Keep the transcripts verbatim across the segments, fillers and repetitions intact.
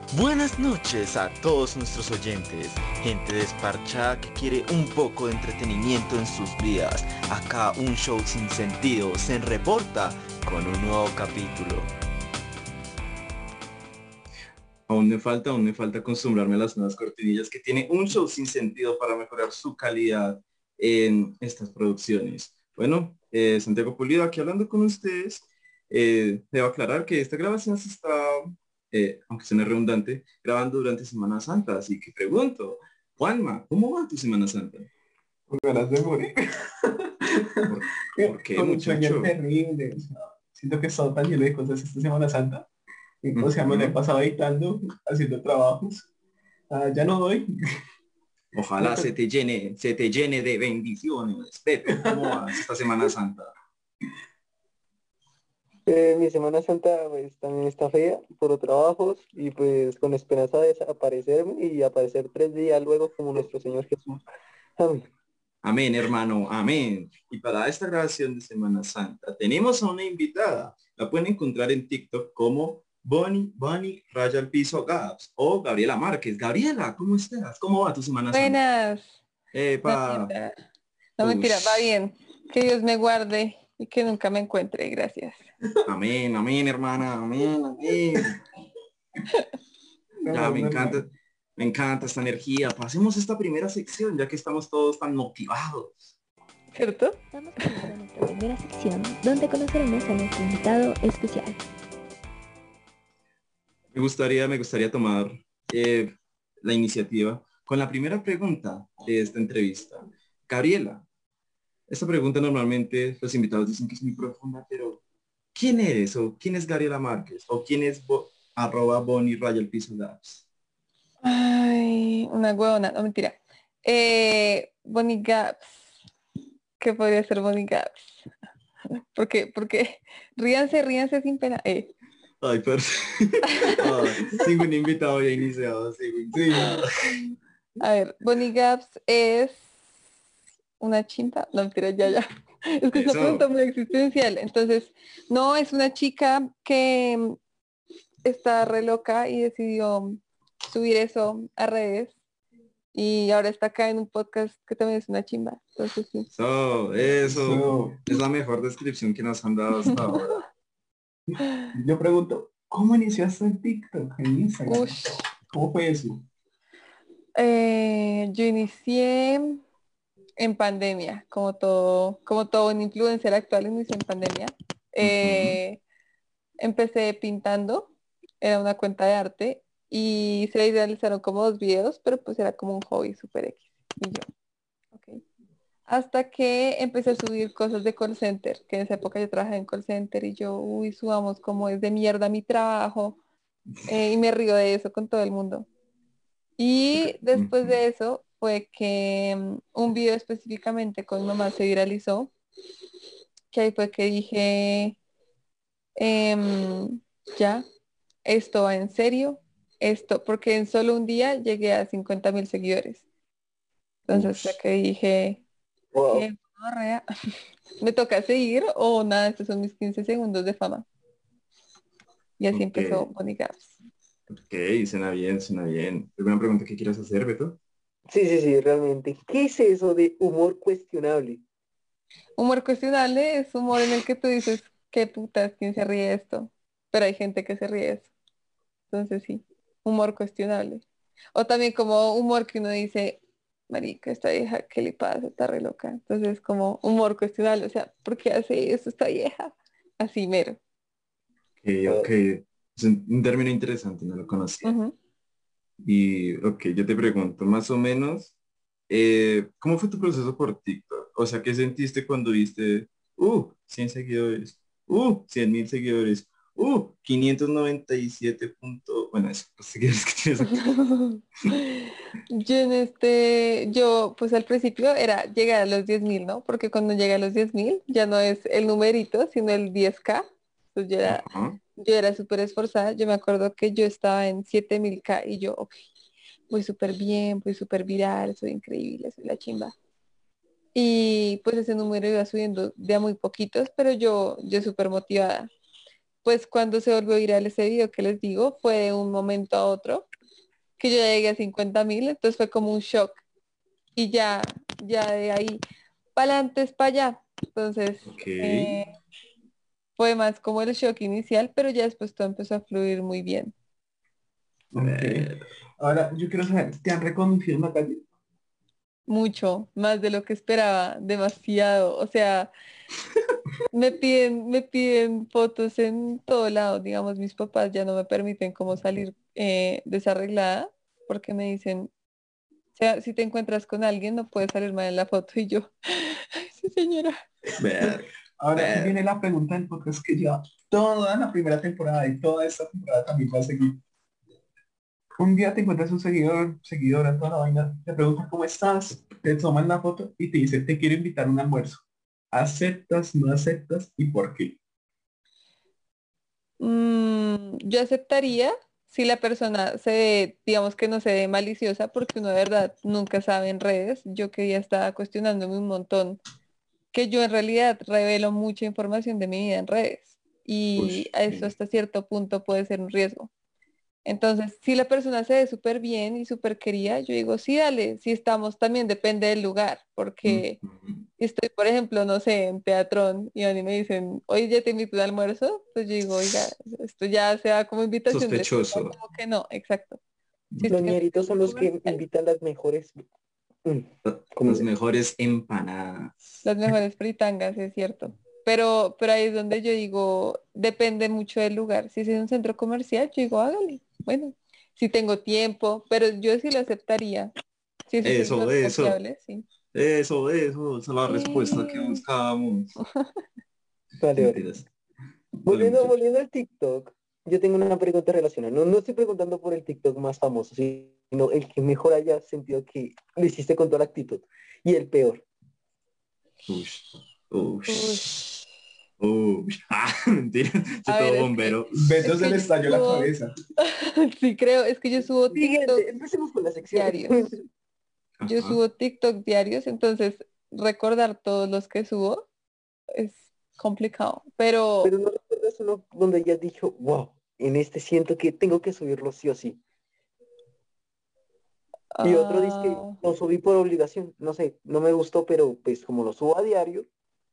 Buenas noches a todos nuestros oyentes, gente desparchada que quiere un poco de entretenimiento en sus vidas. Acá un show sin sentido se reporta con un nuevo capítulo. Aún me falta, aún me falta acostumbrarme a las nuevas cortinillas que tiene un show sin sentido para mejorar su calidad en estas producciones. Bueno, eh, Santiago Pulido aquí hablando con ustedes. Eh, debo aclarar que esta grabación se está, eh, aunque suene redundante, grabando durante Semana Santa. Así que pregunto, Juanma, ¿cómo va tu Semana Santa? Con ganas de morir. ¿Por, por qué, Con un sueño muchacho? terrible. O sea, siento que he estado tan lleno de cosas esta Semana Santa. Y, o sea, me la he Ujú. pasado editando, haciendo trabajos. Ah, ya no doy. Me Ojalá se to- te llene, se te llene de bendiciones. Beto, ¿cómo vas esta Semana Santa? Eh, mi Semana Santa pues también está fea por trabajos y pues con esperanza de desaparecerme y aparecer tres días luego como nuestro Señor Jesús. Amén. Amén, hermano, amén. Y para esta grabación de Semana Santa tenemos a una invitada. La pueden encontrar en TikTok como Bonnie, Bonnie Raya al Piso Gaps o Gabriela Márquez. Gabriela, ¿cómo estás? ¿Cómo va tu Semana Santa? Buenas. No, Epa, mentira. No, mentira, va ush. bien. Que Dios me guarde y que nunca me encuentre. Gracias. Amén, amén, hermana, amén, amén. no, Ya, no, me normal. encanta, me encanta esta energía. Pasemos esta primera sección ya que estamos todos tan motivados. ¿Cierto? Damos comienzo a nuestra primera sección, donde conoceremos a nuestro invitado especial. Me gustaría, me gustaría tomar eh, la iniciativa con la primera pregunta de esta entrevista. Gabriela, esta pregunta normalmente los invitados dicen que es muy profunda, pero ¿quién eres o quién es Gabriela Márquez o quién es bo arroba Bonnie Raya el Piso Labs? Ay, una huevona. No, mentira. Eh, Bonnie Gaps. ¿Qué podría ser Bonnie Gaps? Porque, porque, ríanse, ríanse sin pena. Eh. Ay, perdón. Ay, ningún invitado ya iniciado, sí, Sí. A ver, Bonnie Gaps es una chimpa. No, mentira, ya, ya. Es que es una pregunta eso. muy existencial. Entonces, no, es una chica que está re loca y decidió subir eso a redes y ahora está acá en un podcast que también es una chimba. Entonces, sí. Eso, eso Eso. es la mejor descripción que nos han dado hasta ahora. Yo pregunto, ¿cómo iniciaste en TikTok, en Instagram? Ush. ¿Cómo fue eso? Eh, yo inicié en pandemia, como todo, como todo un influencer actual inició en pandemia. Ujú. Eh, Empecé pintando, era una cuenta de arte y se realizaron como dos videos, pero pues era como un hobby super X. Y yo, ok. Hasta que empecé a subir cosas de call center, que en esa época yo trabajaba en call center y yo, uy, subamos como es de mierda mi trabajo, eh, y me río de eso con todo el mundo. Y después Ujú. de eso fue que mm, un video específicamente con mi mamá se viralizó, que ahí fue que dije, em, ya, esto va en serio, esto, porque en solo un día llegué a cincuenta mil seguidores. Entonces fue Ush. que dije, Wow. qué gonorrea, me toca seguir o nada, estos son mis quince segundos de fama. Y así Ok, empezó Bonnie Gaps. ok, suena bien, suena bien. ¿Alguna pregunta que quieras hacer, Beto? Sí, sí, sí, realmente. ¿Qué es eso de humor cuestionable? Humor cuestionable es humor en el que tú dices, qué putas, ¿quién se ríe de esto? Pero hay gente que se ríe de eso. Entonces sí, humor cuestionable. O también como humor que uno dice, marica, esta vieja, ¿qué le pasa? Está re loca. Entonces como humor cuestionable, o sea, ¿por qué hace eso esta vieja? Así mero. Ok, ok. Ah, Es un, un término interesante, no lo conocía. Ujú. Y, ok, yo te pregunto, más o menos, eh, ¿cómo fue tu proceso por TikTok? O sea, ¿qué sentiste cuando viste, uh, cien seguidores, uh, cien mil seguidores, uh, quinientos noventa y siete punto, bueno, eso, los seguidores que tienes aquí. Yo en este, yo pues al principio era llegar a los diez mil, ¿no? Porque cuando llega a los diez mil ya no es el numerito, sino el diez ka. Entonces yo era, Ajá. yo era súper esforzada. Yo me acuerdo que yo estaba en siete mil ka y yo, ok, voy súper bien, voy súper viral, soy increíble, soy la chimba. Y pues ese número iba subiendo de a muy poquitos, pero yo, yo súper motivada. pues cuando se volvió viral ese video que les digo, fue de un momento a otro, que yo ya llegué a cincuenta mil, entonces fue como un shock. Y ya, ya de ahí, para adelante es para allá. Entonces, Ok. eh, fue más como el shock inicial, pero ya después todo empezó a fluir muy bien. Ok. Eh, Ahora, yo quiero saber, ¿te han reconocido en la calle? Mucho, más de lo que esperaba, demasiado. O sea, me piden, me piden fotos en todo lado. Digamos, mis papás ya no me permiten como salir eh, desarreglada porque me dicen, o sea, si te encuentras con alguien no puedes salir mal en la foto. Y yo, ay, sí, señora. ver, Ahora ver. viene la pregunta del podcast que lleva toda la primera temporada y toda esta temporada también va a seguir. Un día te encuentras un seguidor, seguidora, toda la vaina, te pregunta cómo estás, te toman la foto y te dice, te quiero invitar a un almuerzo. ¿Aceptas, no aceptas y por qué? Mm, yo aceptaría si la persona se ve, digamos que no se ve maliciosa, porque uno de verdad nunca sabe en redes. Yo que ya estaba cuestionándome un montón, que yo en realidad revelo mucha información de mi vida en redes y Ush, a eso sí. hasta cierto punto puede ser un riesgo. Entonces, si la persona se ve súper bien y súper querida, yo digo, sí, dale, si estamos, también depende del lugar, porque Ujú. si estoy, por ejemplo, no sé, en Teatrón y a mí me dicen, oye, ya te invito al almuerzo, pues yo digo, oiga, esto ya sea como invitación de fiesta, Sospechoso. como que no, exacto. Si Los estoy en un ñeritos son centro los que comercial, invitan las mejores mm, Las comidas. mejores empanadas. las mejores fritangas, es cierto. Pero, pero ahí es donde yo digo, depende mucho del lugar. Si es en un centro comercial, yo digo, hágale. Bueno, si tengo tiempo, pero yo sí lo aceptaría. Si es un Eso, seguidor eso, confiable, sí. eso, eso. Esa es la respuesta que Eh, buscábamos. Vale, vale. Mentiras. Dale, Volviendo, muchacho. volviendo al TikTok, yo tengo una pregunta relacionada. No, no estoy preguntando por el TikTok más famoso, sino el que mejor haya sentido que lo hiciste con toda la actitud. Y el peor. Ush, ush, ush. ush. Ah, mentira. Yo A ver, todo es que, bombero. Beto es se que le yo estalló la subo, cabeza. sí creo, es que yo subo Siguiente, TikTok empecemos con la sección. diarios. Yo Ajá. subo TikTok diarios, entonces recordar todos los que subo es complicado. Pero Pero no recuerdas uno donde ya has dicho, wow, en este siento que tengo que subirlo sí o sí. Y otro dice que ah, lo subí por obligación. No sé, no me gustó, pero pues como lo subo a diario,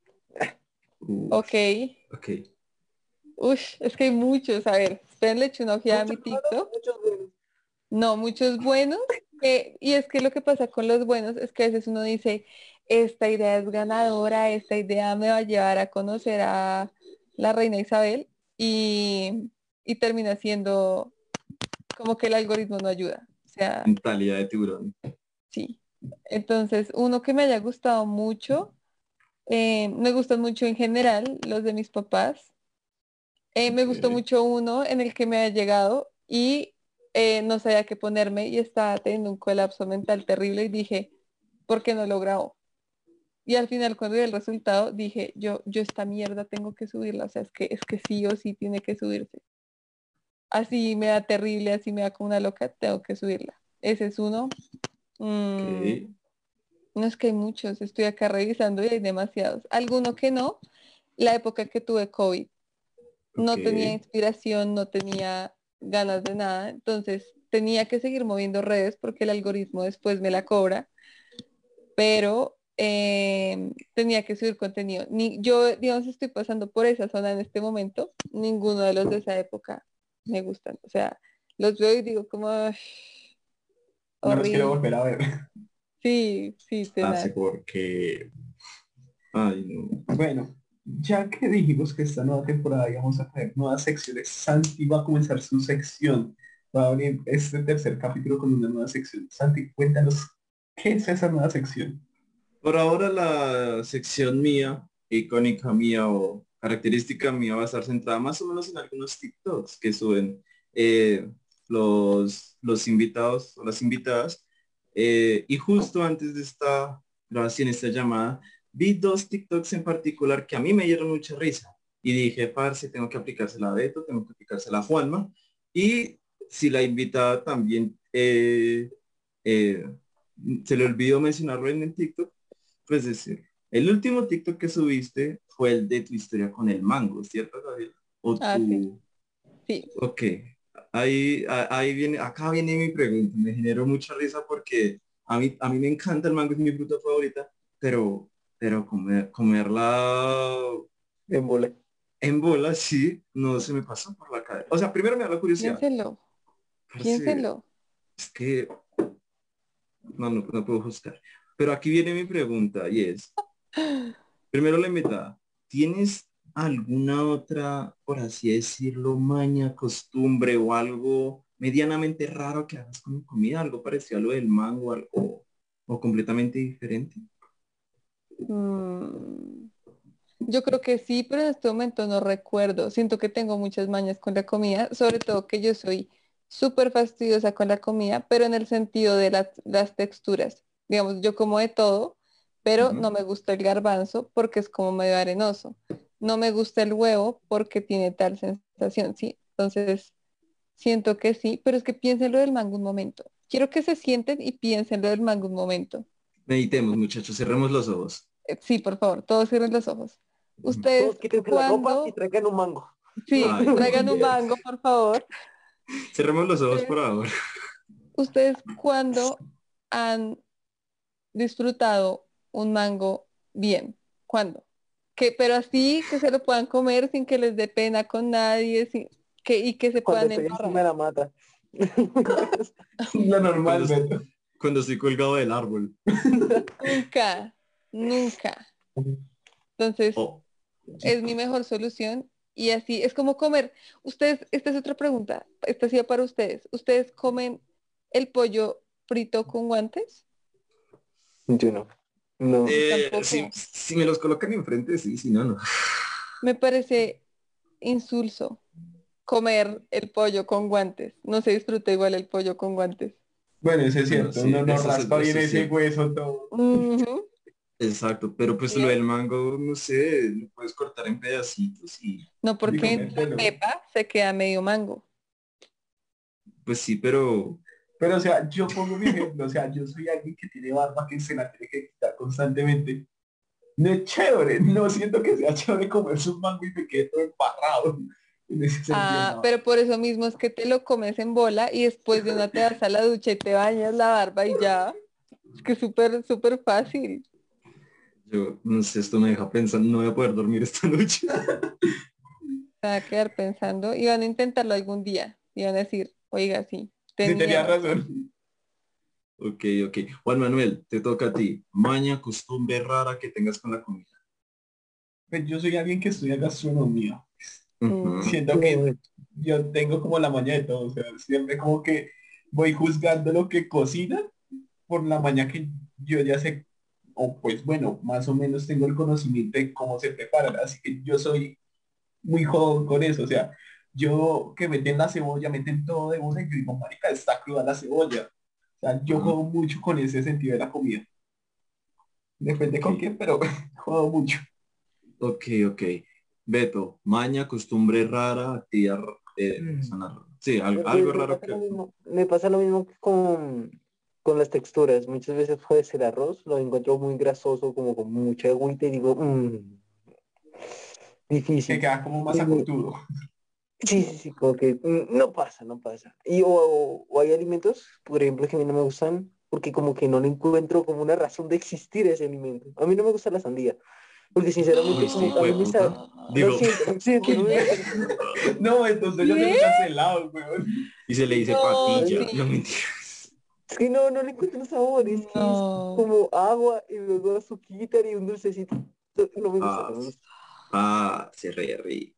ok. Ush. Ok. Ush, es que hay muchos. A ver, esperen, le echo una ojeada a mi muchos malos TikTok. y muchos buenos. No, muchos buenos. Que, y es que lo que pasa con los buenos es que a veces uno dice, esta idea es ganadora, esta idea me va a llevar a conocer a la reina Isabel y, y termina siendo como que el algoritmo no ayuda. O sea, Mentalidad de tiburón. sí. Entonces, uno que me haya gustado mucho, eh, me gustan mucho en general los de mis papás. Eh, me Ok. gustó mucho uno en el que me ha llegado y eh, no sabía qué ponerme y estaba teniendo un colapso mental terrible y dije, ¿por qué no lo grabo? Y al final cuando vi el resultado dije, yo, yo esta mierda tengo que subirla, o sea, es que, es que sí o sí tiene que subirse. Así me da terrible, así me da como una loca, tengo que subirla. Ese es uno. Ok. Mm, no es que hay muchos, estoy acá revisando y hay demasiados. Alguno que no, la época que tuve COVID. Ok. No tenía inspiración, no tenía ganas de nada, entonces tenía que seguir moviendo redes porque el algoritmo después me la cobra, pero eh, tenía que subir contenido. Ni, yo, digamos, estoy pasando por esa zona en este momento, ninguno de los de esa época me gustan, o sea, los veo y digo como "Ay, No los quiero horrible, volver a ver. sí, sí, Hace tenaz. porque. Ay, no. Bueno, ya que dijimos que esta nueva temporada íbamos a tener nuevas secciones, Santi va a comenzar su sección. Va a abrir este tercer capítulo con una nueva sección. Santi, cuéntanos, ¿qué es esa nueva sección? Por ahora la sección mía, icónica mía o característica mía va a estar centrada más o menos en algunos TikToks que suben eh, los, los invitados o las invitadas. Eh, y justo antes de esta grabación, esta llamada, vi dos TikToks en particular que a mí me dieron mucha risa. Y dije, parce, tengo que aplicársela a Beto, tengo que aplicársela a Juanma. Y si la invitada también eh, eh, se le olvidó mencionarlo en el TikTok, pues decir, el último TikTok que subiste fue el de tu historia con el mango, ¿cierto, Gabriel? ¿O Ah, sí. tú? Sí. Ok. Ahí, a- ahí viene, acá viene mi pregunta. Me generó mucha risa porque a mí, a mí me encanta el mango, es mi fruta favorita, pero, pero comer, comerla En bola. en bola, sí, no se me pasó por la cabeza. O sea, primero me da la curiosidad. Piénselo, Parce, piénselo. es que no, no, no puedo juzgar. Pero aquí viene mi pregunta y es, primero la invitada, ¿tienes alguna otra, por así decirlo, maña, costumbre o algo medianamente raro que hagas con comida? Algo parecido a lo del mango, algo o completamente diferente. Mm, yo creo que sí, pero en este momento no recuerdo. Siento que tengo muchas mañas con la comida, sobre todo que yo soy súper fastidiosa con la comida, pero en el sentido de las, las texturas. Digamos, yo como de todo, pero Ujú. no me gusta el garbanzo porque es como medio arenoso. No me gusta el huevo porque tiene tal sensación, ¿sí? Entonces, siento que sí, pero es que piensen lo del mango un momento. Quiero que se sienten y piensen lo del mango un momento. Meditemos, muchachos, cerremos los ojos. Eh, Sí, por favor, todos cierren los ojos. Todos ¿Ustedes quítense la ropa y cuándo? traigan un mango. Sí, Ay, por traigan un Dios. mango, por favor. Cerremos los ojos ¿Ustedes, por ahora. ustedes cuándo han disfrutado un mango bien? ¿Cuándo? Que, pero así que se lo puedan comer sin que les dé pena con nadie, sin, que, y que se Cuando puedan estoy encima embarrar. de la mata. Lo Cuando, normal, Beto. cuando estoy colgado del árbol. Nunca, nunca. Entonces, Oh, es mi mejor solución y así es como comer. Ustedes, esta es otra pregunta, esta sí va para ustedes. ¿Ustedes comen el pollo frito con guantes? Yo no. No. Yo eh, si, tampoco. si me los colocan enfrente, sí, si no, no. Me parece insulso comer el pollo con guantes. No se disfruta igual el pollo con guantes. Bueno, eso es Bueno, cierto. sí, Uno no eso es, raspa bien eso es ese cierto. hueso todo. Ujú. Exacto, pero pues lo Bien. del mango, no sé, lo puedes cortar en pedacitos y No Y porque en la comértelo. pepa se queda medio mango. pues sí, pero Pero, o sea, yo pongo mi ejemplo. O sea, yo soy alguien que tiene barba que se la tiene que quitar constantemente. No es chévere. No siento que sea chévere comerse un mango y me quede todo embarrado. En ese sentido, Ah, no. pero por eso mismo es que te lo comes en bola y después de una te vas a la ducha y te bañas la barba y ya. Es que es súper, súper fácil. yo, no sé, esto me deja pensando, no voy a poder dormir esta noche. Se va a quedar pensando y van a intentarlo algún día. Y van a decir, oiga, sí, Sí, tenía tenía razón. razón. Ok, ok. Juan Manuel, te toca a ti. Maña, costumbre rara que tengas con la comida. Pues yo soy alguien que estudia gastronomía. Ujú. Mm, Siento que yo tengo como la maña de todo. O sea, siempre como que voy juzgando lo que cocina por la maña que yo ya sé, o pues bueno, más o menos tengo el conocimiento de cómo se preparan. Así que yo soy muy jodón con eso. O sea, yo que meten la cebolla, meten todo de una y yo digo, marica, está cruda la cebolla. O sea, yo Ujú. jodo mucho con ese sentido de la comida. Depende Ok, con quién, pero jodo mucho. ok, ok. Beto, maña, costumbre rara, actividad, eh, Mm. persona rara. Sí, al- Me, me- algo me raro pasa lo que... mismo, me pasa lo mismo que con, con las texturas. Muchas veces puede ser arroz, lo encuentro muy grasoso, como con mucha agüita y digo, "Mm, Que difícil". queda como más Y- acortudo. sí, sí, sí, como que mm, no pasa, no pasa. Y o, o- o hay alimentos, por ejemplo, que a mí no me gustan porque como que no le encuentro como una razón de existir ese alimento. A mí no me gusta la sandía, porque Uy, sinceramente este como a hijo mí de me sabe, puta. ah, lo Digo, siento, lo siento, no Uy, me no. gusta. No, entonces yo ¿qué? tengo cancelado, weón. y se le dice No, patilla. sí. No mentiras. Es que no, no le encuentro sabor, es que es No. como agua y luego azuquita y un dulcecito. No me gusta, Ah, no me gusta. ah, se re rico.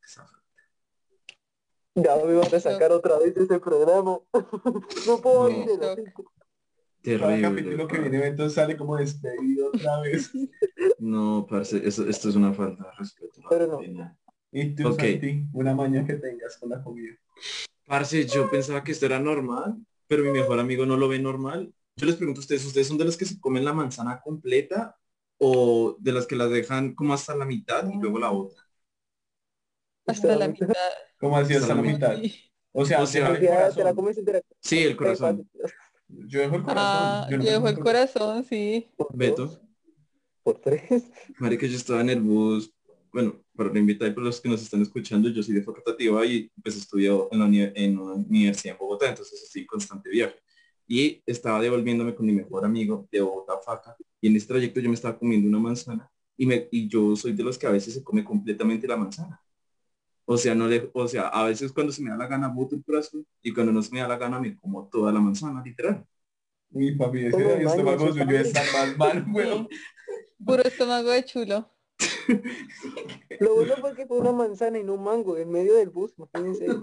Ya me van a Shock, sacar otra vez de este programa. No puedo qué abrir No, el shock. aceite. Cada terrible, capítulo que viene parce. Beto sale como despedido otra vez. No, parce, eso, esto es una falta de respeto, la Pero verdad. no. Y no. Y tú, Ok, Santi, una maña que tengas con la comida. parce, yo pensaba que esto era normal, pero mi mejor amigo no lo ve normal. Yo les pregunto a ustedes, ¿ustedes son de los que se comen la manzana completa o de las que la dejan como hasta la mitad y luego la otra? Hasta Hasta la la mitad. mitad. ¿Cómo así Hasta la hasta la ¿Cómo mitad. mitad? así? O O sea, dejar O el sea, sea, te la corazón. comes entera. sí, el Ahí pasa. corazón. Yo dejo el corazón. Ah, Yo no yo me dejo como el el corazón. corazón, sí. Por Beto, dos, por tres. marica, yo estaba en el bus bueno, para la invitada y para los que nos están escuchando, yo soy de facultativa y pues estudio en, la uni- en una universidad en Bogotá, entonces estoy en constante viaje. Y estaba devolviéndome con mi mejor amigo de Bogotá a Faca y en ese trayecto yo me estaba comiendo una manzana y, me, y yo soy de los que a veces se come completamente la manzana. O sea, no le, o sea, a veces cuando se me da la gana boto el brazo y cuando no se me da la gana me como toda la manzana, literal. Mi papi, Como ese el maño en estómago su suyo sangre. está más mal, weón. Sí, puro estómago de chulo. Lo bueno fue que fue una manzana y no un mango en medio del bus, imagínense.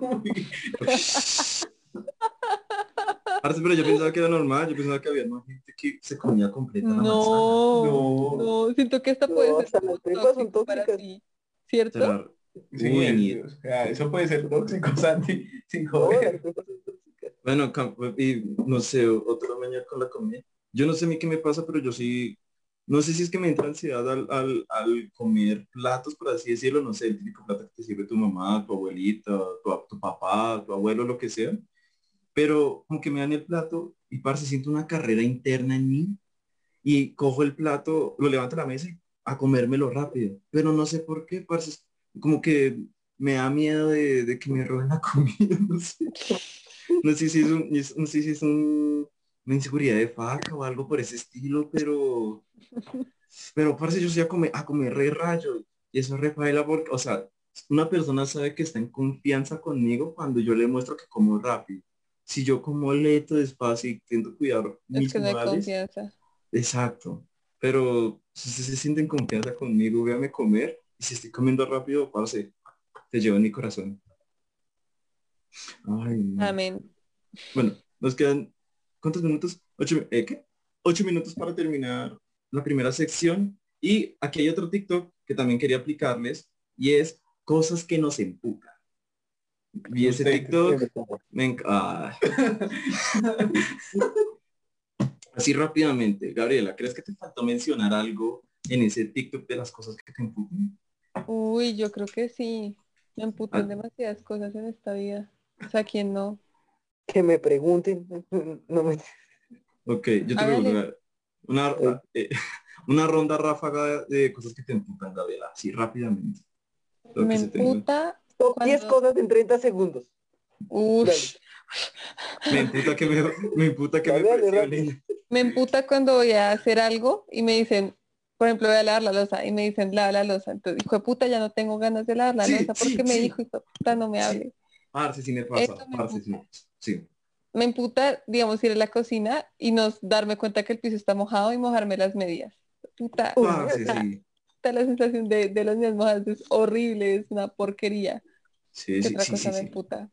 Parce, pero yo pensaba que era normal, yo pensaba que había más gente que se comía completa la manzana. No, No. no, siento que esta puede No, ser hasta como las pepas son tóxico para tóxicas. ti, ¿cierto? Será- Sí, Uy, ni... es- o sea, eso puede ser tóxico, Santi, sin No, las joder. pepas son tóxicas. Bueno, cam- y no sé, otra mañana con la comida. Yo no sé a mí qué me pasa, pero yo sí, no sé si es que me entra ansiedad al, al, al comer platos, por así decirlo, no sé, el típico plato que te sirve tu mamá, tu abuelita, tu, tu papá, tu abuelo, lo que sea. Pero como que me dan el plato y parce, siento una carrera interna en mí y cojo el plato, lo levanto a la mesa y a comérmelo rápido. Pero no sé por qué, parce, como que me da miedo de, de que me roben la comida, no sé. No sé si es un, es- no sé si es un- una inseguridad de faca o algo por ese estilo, pero, pero parce, yo soy a comer, a comer re rayo. Y eso es re paila porque, o sea, una persona sabe que está en confianza conmigo cuando yo le muestro que como rápido. Si yo como lento, despacio y intento cuidar Es mis que no hay modales, confianza. exacto. Pero si usted se siente en confianza conmigo, véame comer. Y si estoy comiendo rápido, parce, te llevo en mi corazón. Ay, no. Amén. Bueno, nos quedan, ¿cuántos minutos? Ocho, eh, ¿qué? Ocho minutos para terminar la primera sección. Y aquí hay otro TikTok que también quería aplicarles y es cosas que nos emputan. Vi ese Usted. TikTok, me enc- ah, así rápidamente. Gabriela, ¿crees que te faltó mencionar algo en ese TikTok de las cosas que te emputan? Uy, yo creo que sí. Me emputan Ah, demasiadas cosas en esta vida. O sea, ¿quién no? Que me pregunten. No me... ok, yo te Hágale. pregunto, una, ah, eh, una ronda ráfaga de cosas que te emputan, Gabriela, así rápidamente. Lo Me que se tenga. emputa Top diez cuando... cosas en treinta segundos. Dale, Ush. Me imputa que me, me imputa que me dale, dale, rápido. presionen. Me emputa cuando voy a hacer algo y me dicen, por ejemplo, voy a lavar la loza y me dicen, lava la loza. Entonces, hijo de puta, ya no tengo ganas de lavar la Sí, loza porque sí, me dijo, sí, hijo de puta, no me sí. hable. Parce, sí me pasa, Eso me parce, sí me emputa. pasa. Sí. Me emputa, digamos, ir a la cocina y no darme cuenta que el piso está mojado y mojarme las medias. Puta, Uy, Parce, puta, sí. puta, la sensación de, de las medias mojadas es horrible, es una porquería. Sí, ¿Qué sí, otra sí, cosa sí, me sí. emputa?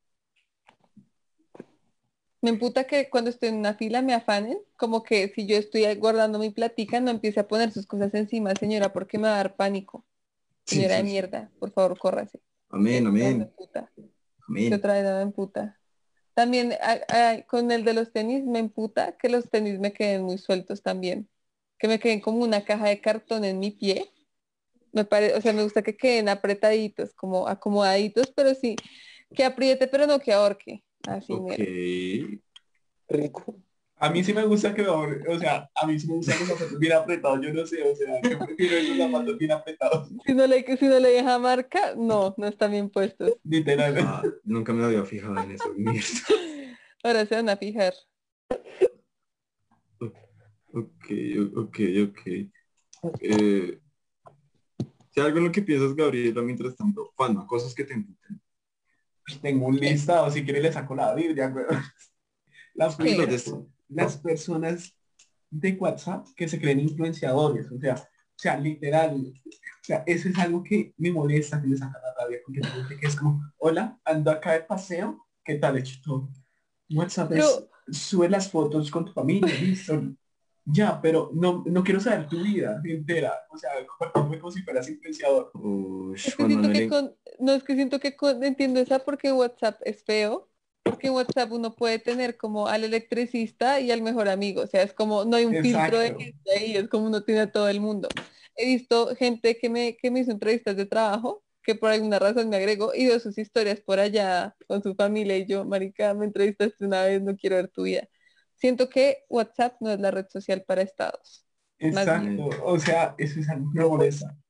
Me emputa que cuando estoy en una fila me afanen, como que si yo estoy ahí guardando mi platica, no empiece a poner sus cosas encima, señora, porque me va a dar pánico. Sí, Señora de sí, sí. mierda, por favor, córrase. Amén, Eso también me amén, emputa. ¿Qué amén. otra vez me emputa? También a- a- con el de los tenis me emputa que los tenis me queden muy sueltos también. Que me queden como una caja de cartón en mi pie. Me parece, o sea, me gusta que queden apretaditos, como acomodaditos, pero sí, que apriete, pero no que ahorque. Así Ok. mero. rico. A mí sí me gusta que me ahorre- o sea, a mí sí me gustan los zapatos bien apretados, yo no sé, o sea, yo prefiero esos zapatos bien apretados, Si no le, si no le deja marca, no, no están bien puestos. literal. Ah, nunca me había fijado en eso. Mierda. Ahora se van a fijar. Ok, o- ok, ok. Eh, si algo en lo que piensas, Gabriela, mientras tanto, Juanma, cosas que te emputan. Tengo un ¿Qué? listado, si quieres le saco la Biblia, güey. La Los primera, ¿Qué? de... las personas de WhatsApp que se creen influenciadores, o sea, o sea, literal, o sea, eso es algo que me molesta, que me saca la rabia, porque hay gente que es como, hola, ando acá de paseo, ¿qué tal hecho todo? WhatsApp es, Pero, sube las fotos con tu familia, listo, ya, pero no, no quiero saber tu vida entera, o sea, compartirme como si fueras influenciador. Ush, es que Juan siento que Manuel, con, no es que siento que con, entiendo esa porque WhatsApp es feo, porque en WhatsApp uno puede tener como al electricista y al mejor amigo, o sea, es como, no hay un filtro de Exacto, gente ahí, es como uno tiene a todo el mundo. He visto gente que me, que me hizo entrevistas de trabajo, que por alguna razón me agregó y veo sus historias por allá con su familia y yo, marica, me entrevistaste una vez, no quiero ver tu vida. Siento que WhatsApp no es la red social para estados, más bien. exacto, eh, o sea, eso es algo que me molesta.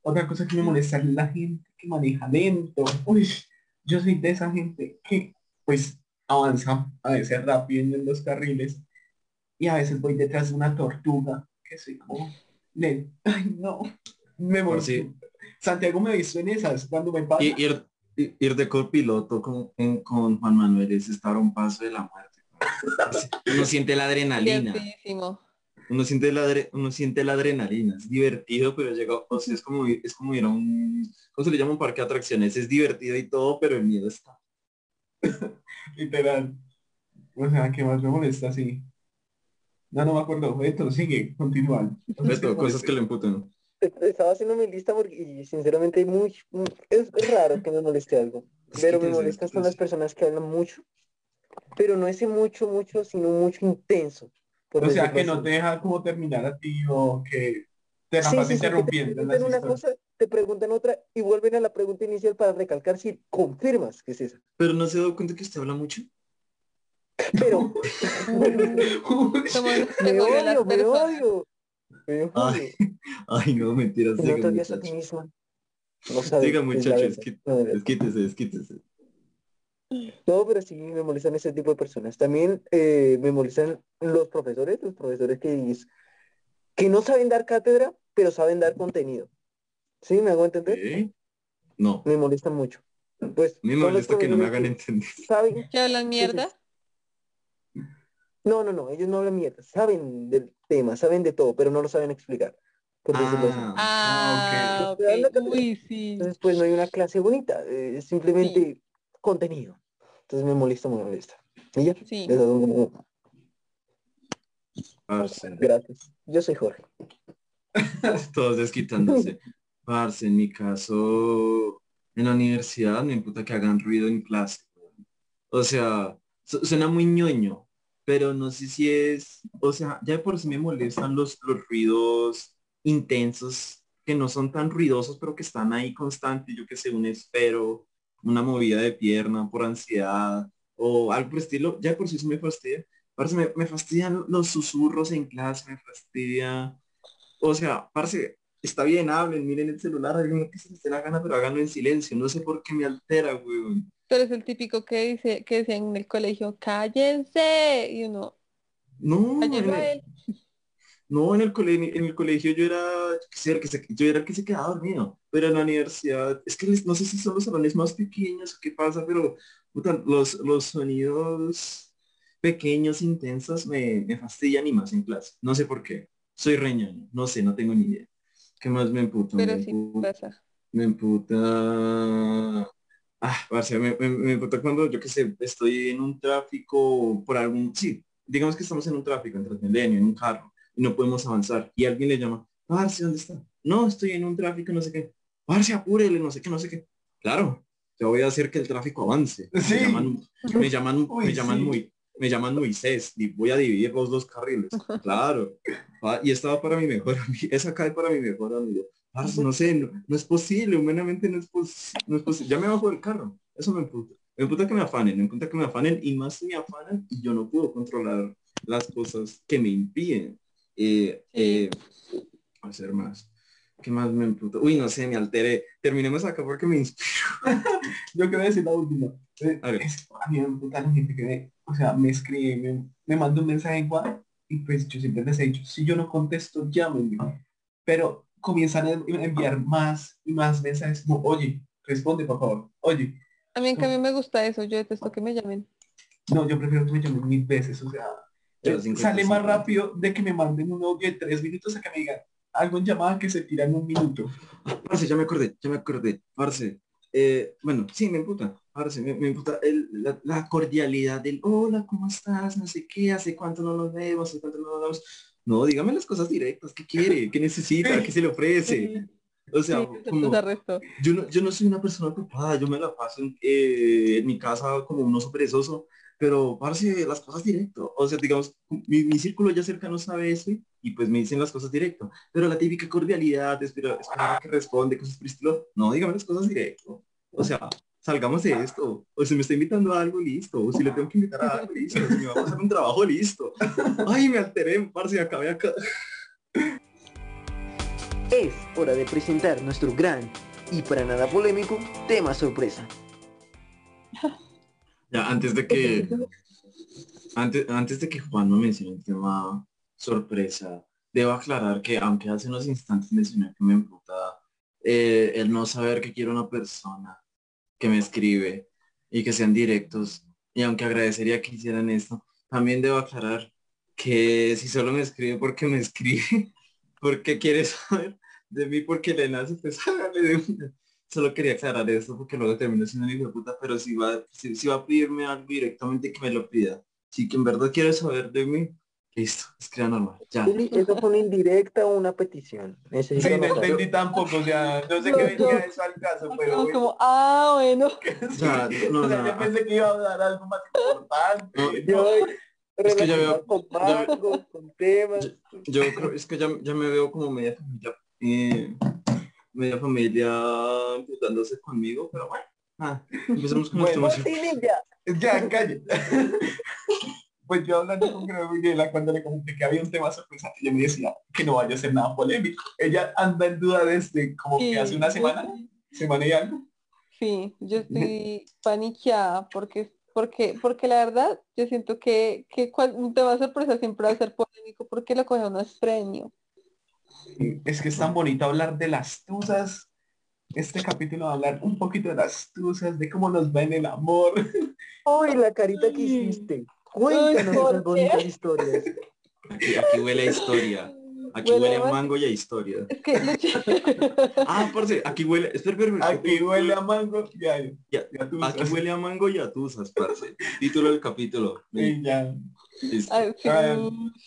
Otra cosa que me molesta es la gente que maneja lento. Uy, yo soy de esa gente que pues avanza a veces rápido en los carriles y a veces voy detrás de una tortuga que soy como lento. Ay, no, me mor- Parce, Santiago me ha visto en esas cuando me pasa. i- ir, i- ir de copiloto con, en- con Juan Manuel es estar a un paso de la muerte. Parce. Uno siente la adrenalina. Divertidísimo. Uno siente la, adre- uno siente la adrenalina, es divertido, pero llega, o sea, es como, ir- es como ir a un, ¿cómo se le llama? Un parque de atracciones, es divertido y todo, pero el miedo está. Literal. O sea, ¿qué más me molesta así? No, no me acuerdo. Esto sigue, continúa. Entonces, ¿qué te Esto, cosas que moleste? le emputan. Estaba haciendo mi lista porque y sinceramente hay muy, muy- es, es raro que me moleste algo, pero me Desquítese, molestan son las desquítese. personas que hablan mucho, pero no ese mucho, mucho, sino mucho intenso, por O sea, decirlo que no así. te deja como terminar a ti o que te la Sí, pasa sí, sí, que te interrumpiendo en las preguntan una historias. cosa, te preguntan otra y vuelven a la pregunta inicial para recalcar si confirmas que es esa. Pero no se ha dado cuenta que usted habla mucho. Pero Mm, Uy, somos los me egos de las odio, me personas. odio, me Ay, odio. ay, no, mentiras, Si no siga te odias a ti muchacho. misma, no sabes Siga qué es la muchacho, verdad. desquí- No, de verdad. desquítese, desquítese. No, pero sí me molestan ese tipo de personas. También eh, me molestan los profesores, los profesores que, es- que no saben dar cátedra, pero saben dar contenido. ¿Sí? ¿Me hago entender? ¿Qué? No, Me molestan mucho. Pues me son los molesta que no me profesores hagan que entender. saben ¿Que hablan que se- mierda? No, no, no, ellos no hablan mierda, saben del tema, saben de todo, pero no lo saben explicar, por decirlo así. Ah, ah, ok. Ah, Te dan la ok. cátedra, Uy, sí. entonces pues no hay una clase bonita, eh, es Sí, simplemente contenido. Entonces me molesta, me molesta. Y ya, sí. esas son como- parce. gracias. Yo soy Jorge. Todos desquitándose. Parce, en mi caso, en la universidad me imputa que hagan ruido en clase. O sea, su- suena muy ñoño, pero no sé si es, o sea, ya de por sí me molestan los, los ruidos intensos, que no son tan ruidosos, pero que están ahí constantes, yo que sé, un espero, una movida de pierna por ansiedad, o algo por el estilo, ya de por sí eso me fastidia. Parce, me, me fastidian los susurros en clase, me fastidia. O sea, parce, está bien, hablen, miren el celular, hagan lo que se les dé la gana, pero háganlo en silencio. No sé por qué me altera, weón. Pero es el típico que dice, que decía en el colegio, cállense. Y uno, No, en cállelo a el, él. no, en el colegio, en el colegio yo era, yo qué sé, el que se- yo era el que se quedaba dormido, pero en la universidad, es que les- no sé si son los salones más pequeños o qué pasa, pero puta, los, los sonidos pequeños, intensos, me, me fastidian y más en clase. No sé por qué. Soy reñoño, no sé, no tengo ni idea. ¿Qué más me emputa? Me Pero sí emputa, pasa. me emputa. Ah, parce, me, me, me emputa cuando, yo qué sé, estoy en un tráfico por algún, sí, digamos que estamos en un tráfico, en Transmilenio, en un carro y no podemos avanzar. Y alguien le llama, parce, ¿dónde está? No, estoy en un tráfico, no sé qué. Parce, apúrele, no sé qué, no sé qué. Claro, te voy a hacer que el tráfico avance. Me Sí. llaman, me llaman, me Uy, llaman sí. muy, me llaman Moisés y voy a dividir los dos carriles. Claro. Ah, y estaba para mi mejor amigo, esa cae para mi mejor amigo. Parce, no sé, no, no es posible, humanamente no es, pos- no es posible. Ya me bajo del carro, eso me emputa. Me emputa que me afanen, me emputa que me afanen y más si me afanan y yo no puedo controlar las cosas que me impiden eh, Sí. eh, hacer más. ¿Qué más me emputa? Uy, no sé, me alteré. Terminemos acá porque me inspiro. Yo quiero decir la última. Eh, A ver, Es, a mí me emputa la gente que me, o sea, me escribe, me, me manda un mensaje en WhatsApp y pues yo siempre les he dicho, si yo no contesto, llámenme. Pero comienzan a enviar más y más mensajes como, oye, responde por favor, oye. A mí en No, cambio me gusta eso. Yo detesto que me llamen. no, yo prefiero que me llamen mil veces, o sea, yo eh, sale más cincuenta cincuenta. rápido de que me manden un audio de tres minutos a que me digan algo en llamada que se tira en un minuto. Parce, ya me acordé, ya me acordé. Parce, eh, bueno, sí, me emputa. Parce, me, me emputa el- la, la cordialidad del hola, ¿cómo estás? No sé qué, hace cuánto no nos vemos, hace cuánto no nos vemos. No, dígame las cosas directas. ¿Qué quiere? ¿Qué necesita? ¿Qué se le ofrece? Sí, O sea, sí, entonces como, arresto. yo no, yo no soy una persona ocupada, yo me la paso en, eh, en mi casa como un oso perezoso, pero parce, las cosas directo. O sea, digamos, mi, mi círculo ya cercano sabe eso y pues me dicen las cosas directo. Pero la típica cordialidad, espera, esperar a que responde, cosas por el estilo, no, dígame las cosas directo. O sea, salgamos de esto. O si me está invitando a algo, listo. O si le tengo que invitar a algo, listo. Si me va a pasar un trabajo, listo. Ay, me alteré, parce, acabé acá. Es hora de presentar nuestro gran y para nada polémico tema sorpresa. Ya, antes de que, antes, antes de que Juan me mencione el tema sorpresa, debo aclarar que aunque hace unos instantes mencioné que me emputa eh, el no saber que quiero una persona que me escribe y que sean directos, y aunque agradecería que hicieran esto, también debo aclarar que si solo me escribe porque me escribe, porque quiere saber de mí, porque le nace, pues hágale de una. Solo quería aclarar esto porque luego termino siendo un hijo de puta, pero si va, si, si va a pedirme algo directamente, que me lo pida. Si que en verdad quiere saber de mí, listo, escriba normal, ya. Eli, ¿eso fue una indirecta o una petición? Necesito Sí, no anotar. entendí tampoco, o sea, no sé Yo- qué yo- venía eso al caso, pero Como, bueno. como, ah, bueno. Sí, Ya, no, o o sea, sea, yo pensé que iba a dar algo más importante. Yo No, es que ya relacionado veo, con ya, mangos, con temas. yo, yo creo, es que ya, ya me veo como media familia, eh, media familia imputándose conmigo, pero bueno, ah, empezamos con los bueno, temas. ¡Cortinilla! ya, calle. Pues yo hablando con Gabriela cuando le comenté que había un tema sorpresa, ella me decía que no vaya a ser nada polémico. Ella anda en duda desde como que hace Sí, una yo semana, sí. semana y algo. Sí, yo estoy paniqueada porque, porque, porque la verdad, yo siento que, que cual- un tema sorpresa siempre va a ser polémico porque lo coge uno es premio. Y es que es tan bonito hablar de las tusas. Este capítulo va a hablar un poquito de las tusas, de cómo nos va en el amor. ¡Uy, la carita que Ay, hiciste! Uy, Cuéntanos esas ¿por qué? bonitas historias. Aquí, aquí huele a historia, aquí Huele huele a demasiado. mango y a historia. Es que lo ch- Ah, parce, aquí huele, espera, espera, espera, aquí huele a mango y a, y ya, a aquí tusas. huele a mango y a tuzas, parce. Título del capítulo, Y ya. listo. Ay, sí. Ah,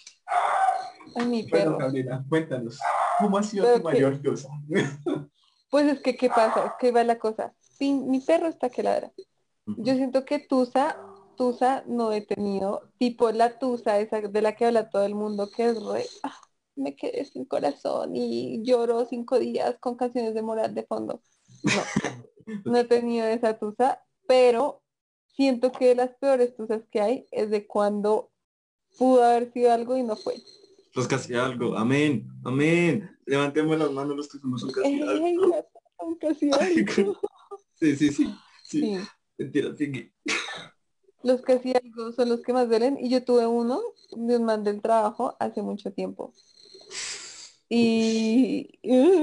Ay, mi bueno, perro. Gabriela, cuéntanos, ¿cómo ha sido tu Pero que, mayor tusa? pues es que, ¿qué pasa? Es que va la cosa. Pin- mi perro está que ladra. Yo Ujú. siento que Tusa, Tusa no he tenido, tipo la Tusa esa de la que habla todo el mundo, que es re, ah, me quedé sin corazón y lloro cinco días con canciones de Morat de fondo. No, no he tenido esa Tusa, pero siento que de las peores Tusas que hay es de cuando pudo haber sido algo y no fue. Los casi algo, amén, amén. Levantemos las manos los que somos un casi algo. ¡Ey! Un casi Ay, algo. con- Sí, sí, sí, sí. Sí, Mentira, sigue. los casi algo son los que más duelen y yo tuve uno de un man del trabajo hace mucho tiempo. Y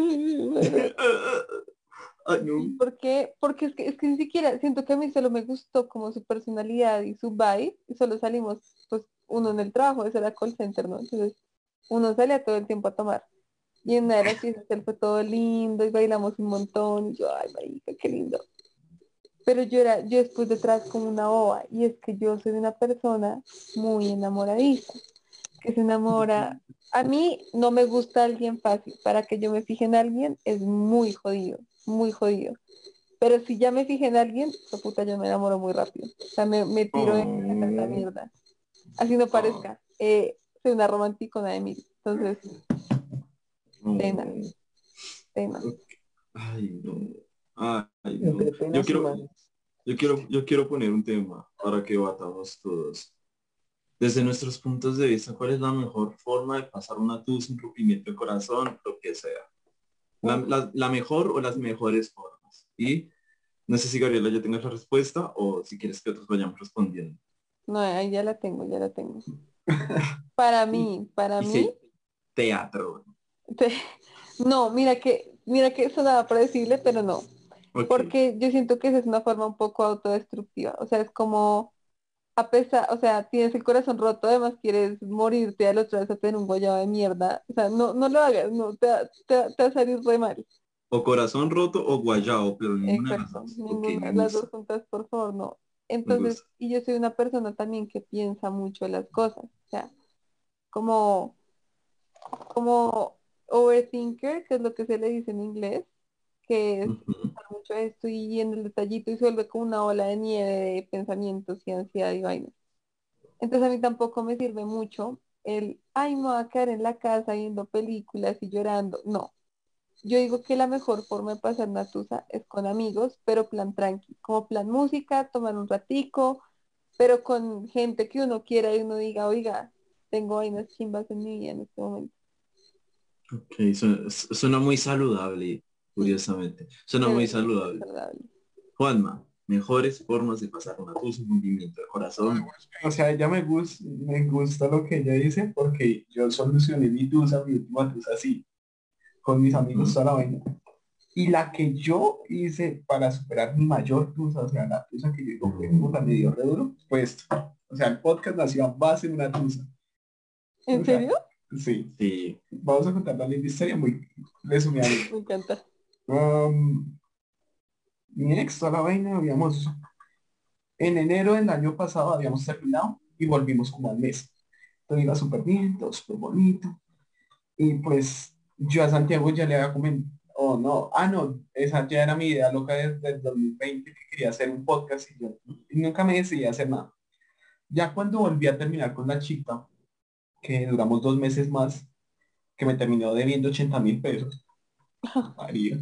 Ay, no. ¿por qué? Porque es que, es que ni siquiera siento que a mí solo me gustó como su personalidad y su vibe y solo salimos, pues uno en el trabajo, ese era call center, ¿no? Entonces uno salía todo el tiempo a tomar. Y en una de las fiestas él fue todo lindo y bailamos un montón y yo, ay, marica, qué lindo. Pero yo era, yo después detrás como una boba y es que yo soy una persona muy enamoradiza, que se enamora. A mí no me gusta alguien fácil. Para que yo me fije en alguien es muy jodido, muy jodido. Pero si ya me fijé en alguien, pues puta, yo me enamoro muy rápido. O sea, me, me tiro de cabeza a la Oh, mierda. Así no oh, parezca. Eh, soy una romanticona de mí. Entonces, pena, oh. pena. Ay, no. Ay, no. Entre Yo penas y quiero, manos. yo quiero, yo quiero poner un tema para que batamos todos. Desde nuestros puntos de vista, ¿cuál es la mejor forma de pasar una tusa, un rompimiento de corazón, lo que sea? La, Uf, la- la mejor o las mejores formas. Y no sé si Gabriela ya tengas la respuesta o si quieres que otros vayamos respondiendo. no, ahí ya la tengo, ya la tengo. Para Y, mí, para y mí, sí, teatro. te- no, mira que, mira que sonaba predecible, pero no. Ok. Porque yo siento que esa es una forma un poco autodestructiva. O sea, es como, a pesar, o sea, tienes el corazón roto, además quieres morirte al otro día a tener un guayabo de mierda. O sea, no, no lo hagas, no, te, va- te, va- te va a salir re mal. O corazón roto o guayao, pero ninguna de las Exacto, dos. Ok, ninguna me de las gusta, dos juntas, por favor, no. me Entonces, gusta. y yo soy una persona también que piensa mucho las cosas. O sea, como, como overthinker, que es lo que se le dice en inglés, que es Ujú. pensar mucho esto y en el detallito y se vuelve como una ola de nieve de pensamientos y ansiedad y vaina. Entonces a mí tampoco me sirve mucho el, ay, me voy a quedar en la casa viendo películas y llorando. No, yo digo que la mejor forma de pasar una tusa es con amigos, pero plan tranqui, como plan música, tomar un ratico, pero con gente que uno quiera y uno diga, oiga, tengo vainas chimbas en mi vida en este momento. Ok, suena, suena muy saludable, curiosamente. Suena Pero muy sí, es saludable. saludable. Juanma, mejores formas de pasar una tusa, un hundimiento de corazón. O sea, ella me gusta, me gusta lo que ella dice porque yo solucioné mi tusa, mi última tusa así, con mis amigos Ujú. toda la vaina. Y la que yo hice para superar mi mayor tusa, o sea, la tusa que yo digo, que puta, me dio re duro, pues, o sea, el podcast nació a base de una tusa. ¿En O sea, serio? sí, Sí. vamos a contar la linda historia muy resumidamente. Me encanta. Um, mi ex, toda la vaina, habíamos, en enero del año pasado habíamos terminado y volvimos como al mes. Todo iba súper bien, todo súper bonito. Y pues yo a Santiago ya le había comentado, oh no, ah no, esa ya era mi idea loca desde el dos mil veinte que quería hacer un podcast y yo y nunca me decidí a hacer nada. Ya cuando volví a terminar con la chica, que duramos dos meses más, que me terminó debiendo ochenta mil pesos, María.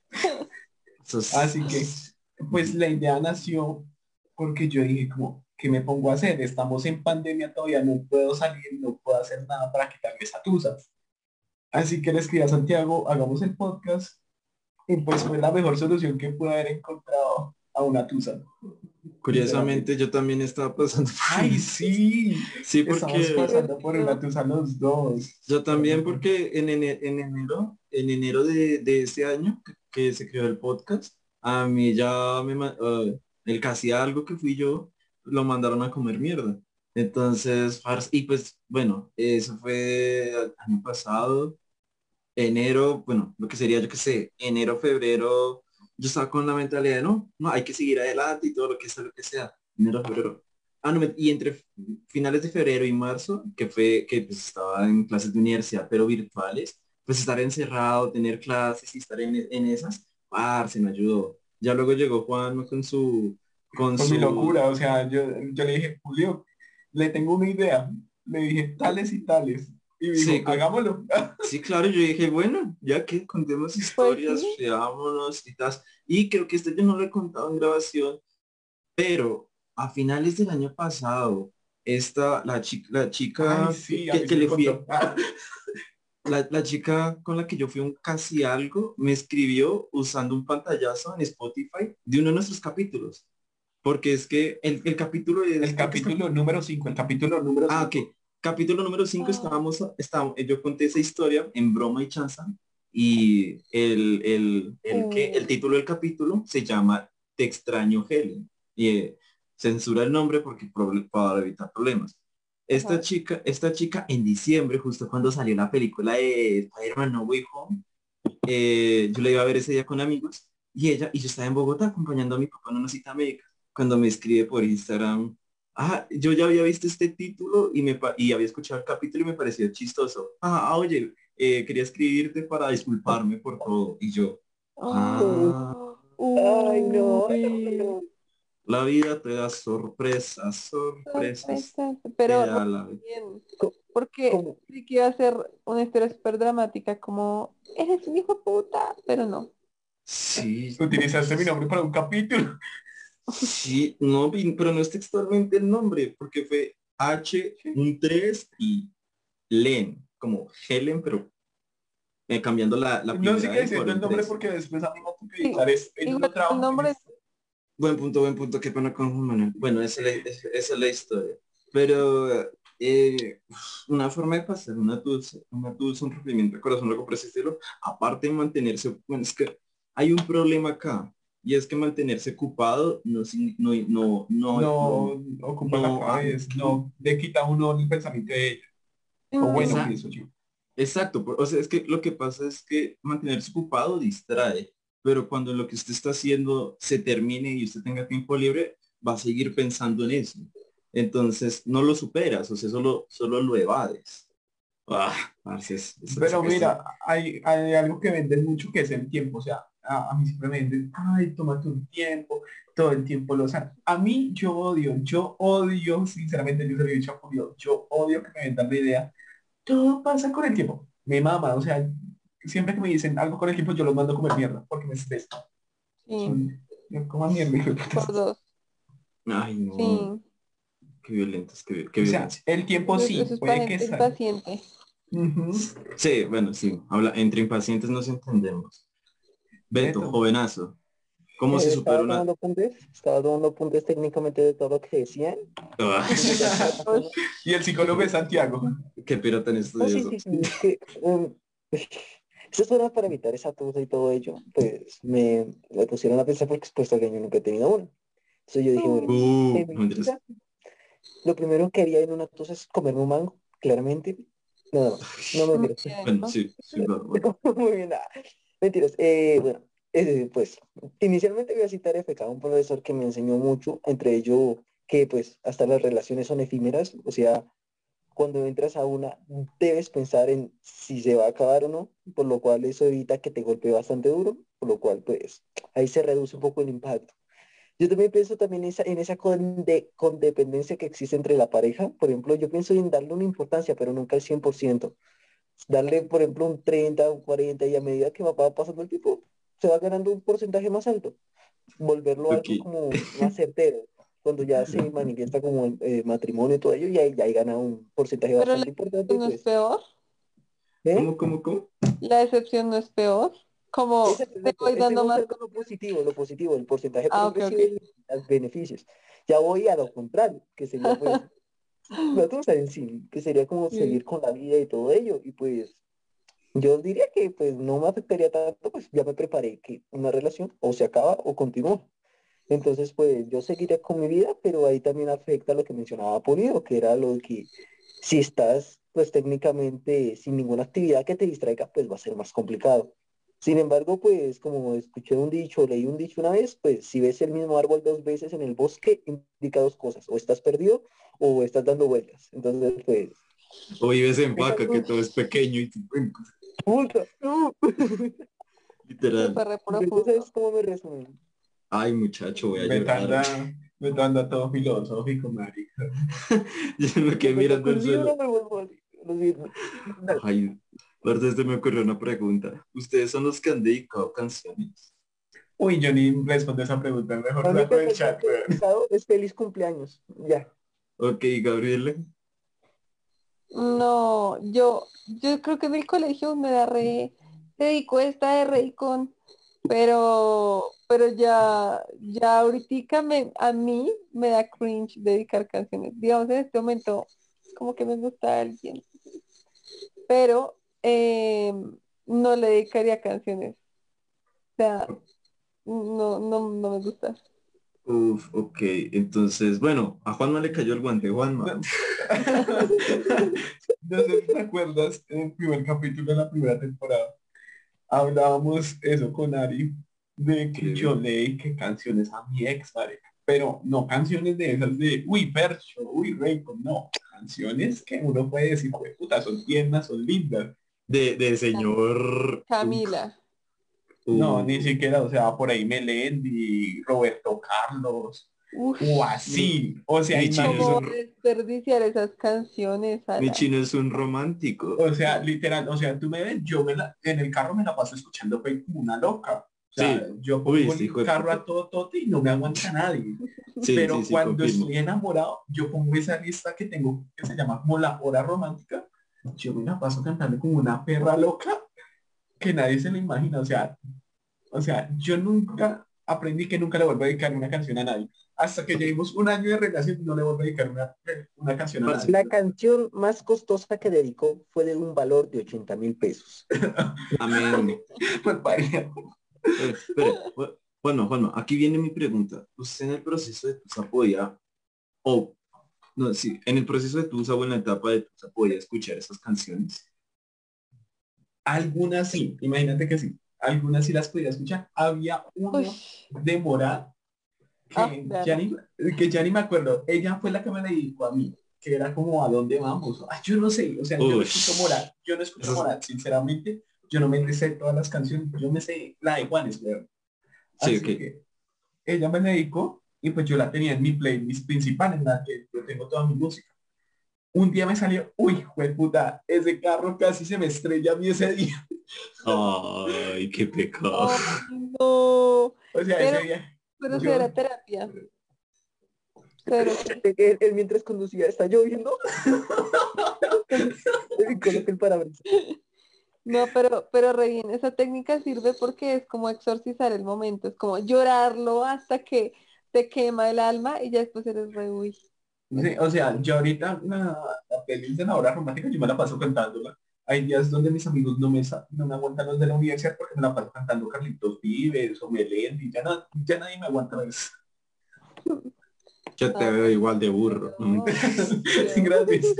Eso es- Así que, es- pues Ujú. la idea nació porque yo dije como, ¿qué me pongo a hacer? Estamos en pandemia todavía, no puedo salir, no puedo hacer nada para quitarme esa tusa. Así que le escribí a Santiago, hagamos el podcast. Y pues fue la mejor solución que pude haber encontrado a una tusa, Curiosamente, sinceramente. yo también estaba pasando por Ay, una tusa. sí, Sí, estamos Qué porque pasando por una divertido. tusa los dos. yo Pero también, bueno. porque en, ene- en enero, en enero de, de este año que, que se creó el podcast, a mí ya me, ma- eh, el casi algo que fui yo, lo mandaron a comer mierda. Entonces, parce, y pues, bueno, eso fue el año pasado, enero, bueno, lo que sería, yo qué sé, enero, febrero, yo estaba con la mentalidad de no, no, hay que seguir adelante y todo lo que sea, lo que sea, enero, febrero. Ah, no, me- y entre finales de febrero y marzo, que fue que pues estaba en clases de universidad, pero virtuales, pues estar encerrado, tener clases y estar en, en esas, parce, me ayudó. Ya luego llegó Juan con su, con Con mi su, locura, o sea, yo, yo le dije, Julio, le tengo una idea. Le dije co- tales y tales. Y me sí, dijo, con, hagámoslo. sí, claro, yo dije, bueno, ya que contemos Pues sí. historias, seámonos y tal. Y creo que esto yo no lo he contado en grabación, pero a finales del año pasado, esta, la chica, la Ay, chica que, sí, a que, mí que se me le fui, contó. la, la chica con la que yo fui un casi algo, me escribió usando un pantallazo en Spotify de uno de nuestros capítulos. Porque es que el, el capítulo es, El creo que es capítulo número cinco el capítulo número Ah, ok. cinco Capítulo número cinco Ah, estábamos, estábamos, yo conté esa historia en broma y chanza y el, el, el, ¿qué? El uh, título del capítulo se llama Te extraño Helen y eh, censura el nombre porque proble- para evitar problemas. Esta ajá. chica, esta chica en diciembre, justo cuando salió la película de Spider-Man No Way Home, eh, yo la iba a ver ese día con amigos y ella, y yo estaba en Bogotá acompañando a mi papá en una cita médica, cuando me escribe por Instagram, ah, yo ya había visto este título y me pa- y había escuchado el capítulo y me pareció chistoso. Ah, ah, oye, eh, quería escribirte para disculparme por todo. Y yo, ah, Ah, Ay, no, no, uy, no. la vida te da sorpresas, sorpresas, sorpresa. te Pero re da la vida. bien, Co- porque Como, sí que iba a ser una historia súper dramática, como, eres un hijo de puta, pero no. Sí, Utilizaste mi nombre para un capítulo. sí, no, vi- pero no es textualmente el nombre, porque fue H, un tres y Len, como Helen, pero eh, cambiando la, la No primera sigue E por diciendo el un nombre tres. porque después a mí me toca Sí, editar es el igual otro el trabajo que nombre, es. Buen punto, buen punto, qué pena con Juan Manuel. Bueno, esa es la, es- esa es la historia. Pero eh, una forma de pasar una dulce, una dulce, un rompimiento de corazón, algo por ese estilo, aparte de mantenerse, bueno, es que hay un problema acá, y es que mantenerse ocupado no, signi- no, no, no, No no, ocupa la no, ah, cabeza, no le quita a uno el pensamiento de ella. O bueno, mm, esa, pienso yo. exacto, por- o sea, es que lo que pasa es que mantenerse ocupado distrae, pero cuando lo que usted está haciendo se termine y usted tenga tiempo libre, va a seguir pensando en eso. Entonces, no lo superas, o sea, solo, solo lo evades. Ah, parce, es- es- es- Pero es- mira, hay, hay algo que venden mucho que es el tiempo. O sea, a, a mí siempre me venden, ay, tómate un tiempo, todo el tiempo lo usan. A mí yo odio, yo odio, sinceramente, yo se lo he dicho a Julio, yo odio que me vendan la idea. Todo pasa con el tiempo. Me mama, o sea, siempre que me dicen algo con el tiempo, yo los mando a comer mierda, porque me estresa. sí, Son, yo como mierda, hijo de por putas. dos. ay, no, Sí, qué violentos, qué, qué O sea, violencia. el tiempo eso es, eso sí, es para puede que gente salga. impaciente. Ujú. Sí, bueno, sí. Habla, entre impacientes nos entendemos. Beto, Beto. jovenazo. ¿Cómo se Eh, supera estaba una... tomando apuntes, estaba tomando apuntes técnicamente de todo lo que decían. Ah, Y ya que la Uy, persona... Y el psicólogo de Santiago. qué piro tan No, sí, estudioso. sí, sí, es que... um, esas horas para evitar esa tos y todo ello, pues me, me pusieron a pensar porque supuesto que yo nunca he tenido una. Entonces yo dije, bueno, no. Uh, en mi no mentiras. vida, lo primero que haría en una tos es comerme un mango, claramente. Nada más. No Muy mentiras. bien, Bueno, ¿no? sí, sí, va, bueno. Muy bien, nada. Mentiras. Eh, bueno, eh, pues inicialmente voy a citar F K, un profesor que me enseñó mucho, entre ello que pues hasta las relaciones son efímeras, o sea, cuando entras a una debes pensar en si se va a acabar o no, por lo cual eso evita que te golpee bastante duro, por lo cual pues ahí se reduce un poco el impacto. Yo también pienso también esa, en esa conde- condependencia que existe entre la pareja. Por ejemplo, yo pienso en darle una importancia, pero nunca el cien por ciento. Darle, por ejemplo, un treinta, un cuarenta y a medida que va va pasando el tiempo, se va ganando un porcentaje más alto. Volverlo Ok. algo como más certero. Cuando ya se manifiesta como eh, matrimonio y todo ello, ya, ya ahí gana un porcentaje Pero la bastante importante, excepción no es pues. peor. ¿Eh? ¿Cómo, cómo, cómo? La excepción no es peor. Como Exacto, te exacto. voy Estoy dando más. mostrando lo positivo, lo positivo, el porcentaje Ah, ok, ok. progresivo y los beneficios. Ya voy a lo contrario, que sería pues la tusa en sí, que sería como Sí. seguir con la vida y todo ello. Y pues yo diría que pues no me afectaría tanto, pues ya me preparé que una relación o se acaba o continúa. Entonces pues yo seguiría con mi vida, pero ahí también afecta lo que mencionaba Pulido, que era lo de que si estás pues técnicamente sin ninguna actividad que te distraiga, pues va a ser más complicado. Sin embargo, pues como escuché un dicho, leí un dicho una vez, pues si ves el mismo árbol dos veces en el bosque, indica dos cosas, o estás perdido o estás dando vueltas. Entonces, pues, O vives en esa vaca, que todo es pequeño y puta, no. Se literal. fue re Entonces, profundo. ¿sabes cómo me resumen? Ay, muchacho, voy a Beto llorar. anda, Beto anda todo filosófico, marica. Yo me quedé Me mirando toco el un libro, suelo. me vuelvo a lo mismo. Ay, aparte este me ocurrió una pregunta. ¿Ustedes son los que han dedicado canciones? Uy, yo ni respondo esa pregunta, mejor La saco única del canción chat, que he weón. dedicado es Feliz Cumpleaños. Ya. Ok, Gabriela. No, yo, yo creo que en el colegio me da re, te dedico esta de re con, pero, pero ya, ya ahorita me, a mí me da cringe dedicar canciones. Digamos, en este momento, como que me gusta alguien, pero eh, no le dedicaría canciones. O sea, no, no, no me gusta. Uf, ok. Entonces, bueno, a Juanma le cayó el guante, Juanma. No, no sé si te acuerdas, en el primer capítulo de la primera temporada, hablábamos eso con Ari, de que yo Sí. le dediqué canciones a mi ex, marica. Pero no canciones de esas de, uy, Percho, uy, Raycon, no. Canciones que uno puede decir, "Jue puta, son tiernas, son lindas". De, de señor... Uf, Camila. No, ni uf, siquiera, o sea, por ahí Melendi, Roberto Carlos, o Ush, mi, así. O sea, mi chino es ¿cómo un, imagínate. desperdiciar esas canciones, mi Ala? chino es un romántico. O sea, literal, o sea, tú me ves, yo me la, en el carro me la paso escuchando Fate como una loca. O sea, Sí. yo Uy, pongo este el hijo de carro puta. a todo tote y no me aguanta nadie. Sí, sí, Pero sí, cuando confirmo. estoy enamorado, yo pongo esa lista que tengo que se llama como la hora romántica. Yo me la paso cantando como una perra loca que nadie se le imagina. O sea, o sea, yo nunca aprendí que nunca le vuelvo a dedicar una canción a nadie. Hasta que llevamos un año de relación no le vuelvo a dedicar una, una canción a nadie. La canción más costosa que dedicó fue de un valor de ochenta mil pesos. Amén. Pues paría. Bueno, espere. Bu- Bueno, Juanma, aquí viene mi pregunta. ¿Usted en el proceso de Tusa podía, o no, sí, en el proceso de Tusa o en la etapa de Tusa podía escuchar esas canciones? Algunas sí, imagínate que sí. Algunas sí las podía escuchar. Había una Ush. de Morat Ah, que ya véala. ni, que ya ni me acuerdo. Ella fue la que me la dedicó a mí, que era como ¿a dónde vamos? Ay, yo no sé, o sea, yo no Uy, escucho Morat, yo no escucho esas, Morat, sinceramente, yo no me sé todas las canciones, yo me sé la de Juanes, weón. sí, ok. Así que ella me la dedicó y pues yo la tenía en mi playlist principal en la que yo tengo toda mi música. Un día me salió, uy, puta, ese carro casi se me estrella a mí ese día. Ay, qué pecado. Ay, no. O sea, ese Pero, día pero yo, será terapia. Cero. Él, él mientras conducía, está lloviendo. Y coloca el parabrisas. No, pero, pero re bien, esa técnica sirve porque es como exorcizar el momento, es como llorarlo hasta que te quema el alma y ya después eres re uy. Sí, o sea, yo ahorita la, la peli de la hora romántica yo me la paso cantándola. Hay días donde mis amigos no me, sa- no me aguantan los de la universidad porque me la paso cantando Carlitos Vives o Melendi, ya, na- ya nadie me aguanta eso. Yo te No, veo igual de burro. No no, mentiras. Sí, gracias.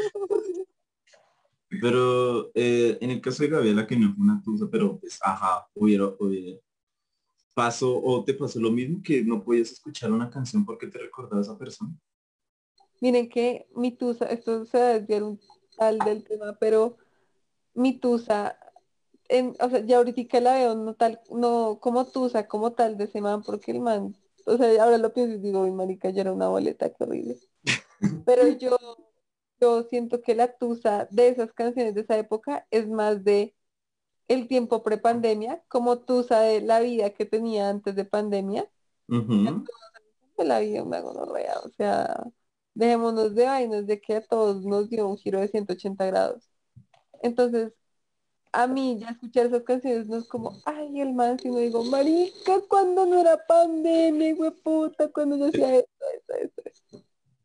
Pero eh, en el caso de Gabriela, que no fue una tusa, pero pues, ajá, hubiera, hubiera- pasó o te pasó lo mismo que no podías escuchar una canción porque te recordaba a esa persona. miren que mi tusa, esto se va a desviar un tal del tema, pero mi tusa, en, o sea, ya ahorita la veo no tal, no como tusa, como tal de ese man, porque el man, o sea, ahora lo pienso y digo, mi marica, ya era una boleta, qué horrible. Pero yo, yo siento que la tusa de esas canciones de esa época es más de el tiempo prepandemia, como tusa de la vida que tenía antes de pandemia, Ujú. de la vida una gonorrea, o sea, dejémonos de vainas de que a todos nos dio un giro de ciento ochenta grados. Entonces, a mí ya escuchar esas canciones no es como, ay, el man, sino digo, marica, cuando no era pandemia, puta, cuando yo hacía esto, esto, esto, esto.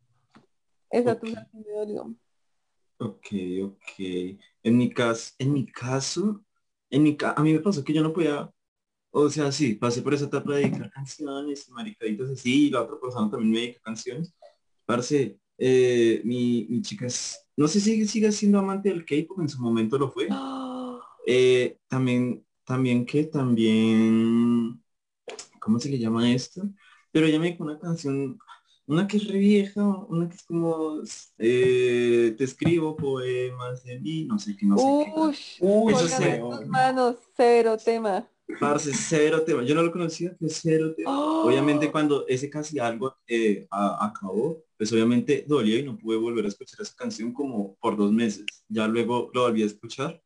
Esa Ok, tusa sí me dolió. ok, ok. En mi caso, en mi caso, en mi ca- a mí me pasó que yo no podía, o sea, sí, pasé por esa etapa de dedicar canciones, maricaditas así, y la otra persona también me dedica canciones. Parce, eh, mi, mi chica es, no sé si sigue siendo amante del K-pop, en su momento lo fue. ¡Ah! Eh, también, también que también, ¿cómo se le llama esto? Pero ella me dijo una canción, una que es re vieja, una que es como, eh, te escribo poemas de mí, no sé qué, no sé qué. Ush, Uy, Eso colgame se, tus weón. manos, severo tema. parce, cero tema. Yo no lo conocía, que cero tema. Obviamente ¡Oh! cuando ese casi algo eh, a- acabó, pues obviamente dolió y no pude volver a escuchar esa canción como por dos meses. Ya luego lo volví a escuchar.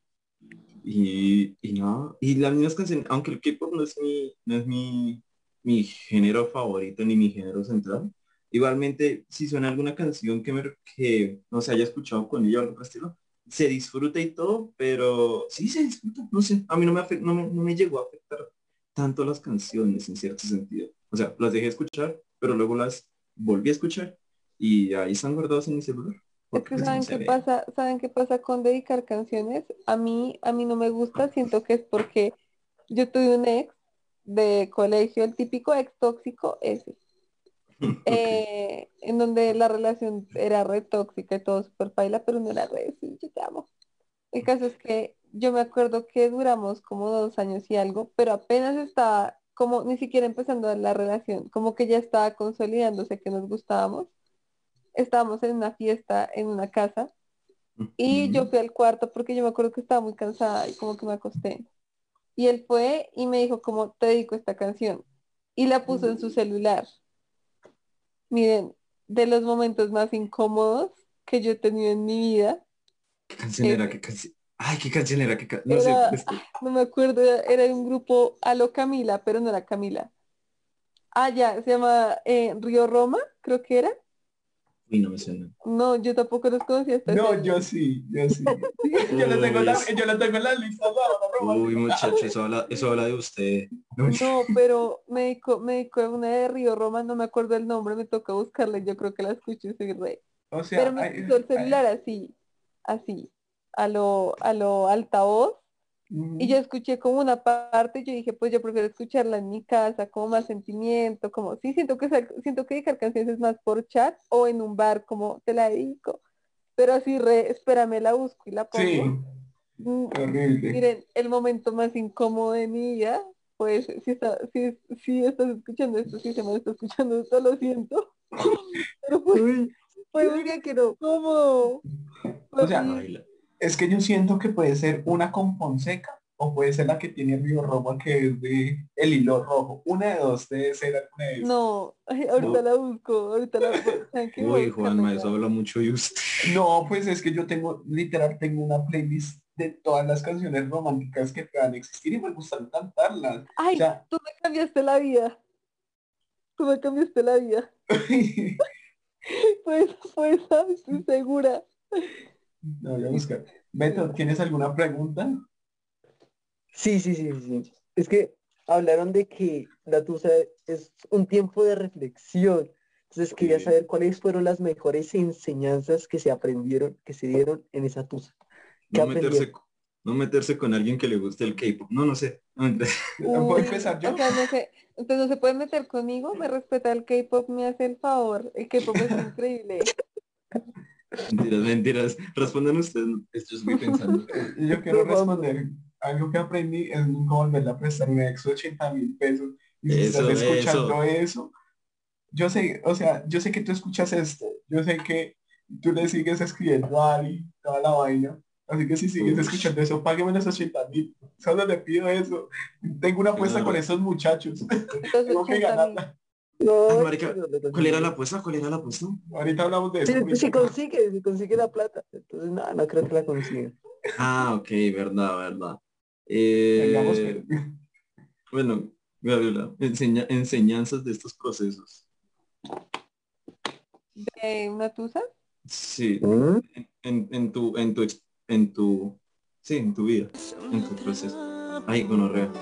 Y, y no, y las mismas canciones, aunque el K-pop no es mi, no es mi, mi género favorito ni mi género central, igualmente si suena alguna canción que me que no se haya escuchado con ella o algo por el estilo, se disfruta y todo, pero sí se disfruta, no sé, a mí no me, afe- no me, no me llegó a afectar tanto las canciones en cierto sentido. O sea, las dejé escuchar, pero luego las volví a escuchar y ahí están guardadas en mi celular, Es porque que pues no saben se qué ven. pasa, saben qué pasa con dedicar canciones. A mí, a mí no me gusta, siento que es porque yo tuve un ex de colegio, el típico ex tóxico ese, Ok. eh, en donde la relación era re tóxica y todo súper paila, pero no era re, sí, yo te amo. El caso es que yo me acuerdo que duramos como dos años y algo, pero apenas estaba como ni siquiera empezando la relación, como que ya estaba consolidándose que nos gustábamos. Estábamos en una fiesta en una casa y yo Ujú. fui al cuarto porque yo me acuerdo que estaba muy cansada y como que me acosté. Y él fue y me dijo como te dedico esta canción y la puso en su celular. Miren, de los momentos más incómodos que yo he tenido en mi vida, ¿Qué canción era? ¿Qué ese canción? Ay, ¿qué canción era? ¿Qué ca- No sé, era, este. no me acuerdo, era, era de un grupo a lo Camila, pero no era Camila. Ah, ya, se llama eh, Río Roma, creo que era. Uy, no me suena. No, yo tampoco los conocía hasta ese No, año. yo sí, yo sí. Yo lo tengo en Uy, la, es- yo lo tengo en la lista de ahora uy, romántica. muchacho, eso habla, eso habla de usted. Uy. No, pero me dedicó, me dedicó una de Río Roma, no me acuerdo el nombre, me toca buscarla, yo creo que la escucho y soy re. O Pero sea, me hay, puso el hay- celular así, así, a lo, a lo altavoz, y yo mm, escuché como una parte, y yo dije, pues yo prefiero escucharla en mi casa, como más sentimiento, como, sí, siento que, esa- siento que dedicar canciones es más por chat o en un bar, como te la dedico, pero así re, espérame, la busco y la pongo. sí, Mm, horrible. Miren, el momento más incómodo de mi vida, pues si, está, si, si estás escuchando esto, si se me está escuchando esto, lo siento, pero fue, Uy, fue yo muy diría que no. incómodo, fue O sea, horrible. Baila. es que yo siento que puede ser una con Fonseca o puede ser la que tiene Río Roma, que es de El Hilo Rojo. Una de dos debe ser alguna de esas. No, ay, ahorita Bu- la busco, ahorita la, ¿saben qué? Voy a Uy, buscarla Juanma, ya. eso habla mucho de usted. No, pues es que yo tengo, literal, tengo una playlist de todas las canciones románticas que puedan existir y me gustan cantarlas. O Ay, sea, tú me cambiaste la vida, tú me cambiaste la vida. Pues, pues, estoy segura. No, voy a buscar. Beto, ¿tienes alguna pregunta? Sí, sí, sí, sí, sí. Es que hablaron de que la tusa es un tiempo de reflexión. Entonces quería Sí. saber cuáles fueron las mejores enseñanzas que se aprendieron, que se dieron en esa tusa. ¿Qué No aprendieron? meterse, no meterse con alguien que le guste el K-pop. No, no sé. No, mentira. ¿Puedo Uy, empezar o yo? sea, no sé, usted no se puede meter conmigo, me respeta el K-pop, me hace el favor. El K-pop es increíble. Mentiras, mentiras. Respondan ustedes. Esto estoy pensando. Eh, Yo quiero Por favor. responder. Algo que aprendí es nunca volverle a prestar un ex ochenta mil pesos. Y si estás Eso, escuchando eso. eso, yo sé, o sea, yo sé que tú escuchas esto. Yo sé que tú le sigues escribiendo a Ali, toda la vaina. Así que si sigues Ush, escuchando eso, págueme los ochenta mil. Solo le pido eso. Tengo una apuesta con claro. esos muchachos. Los Tengo que ochenta mil. ganarla. Ay, No, marica, no, no, no, ¿cuál era no. la apuesta? ¿Cuál era la apuesta? Ahorita hablamos de Sí, eso. pues si Ahorita. consigue, si consigue la plata. Entonces, no, no creo que la consiga. Ah, ok, verdad, verdad. Tengamos fe. Eh, bueno, Gabriela, enseña- enseñanzas de estos procesos. ¿De una tusa? Sí, ¿Mm? en, en- en tu, en tu, ex- en tu, sí, en tu vida, en tu proceso. Ay, gonorrea.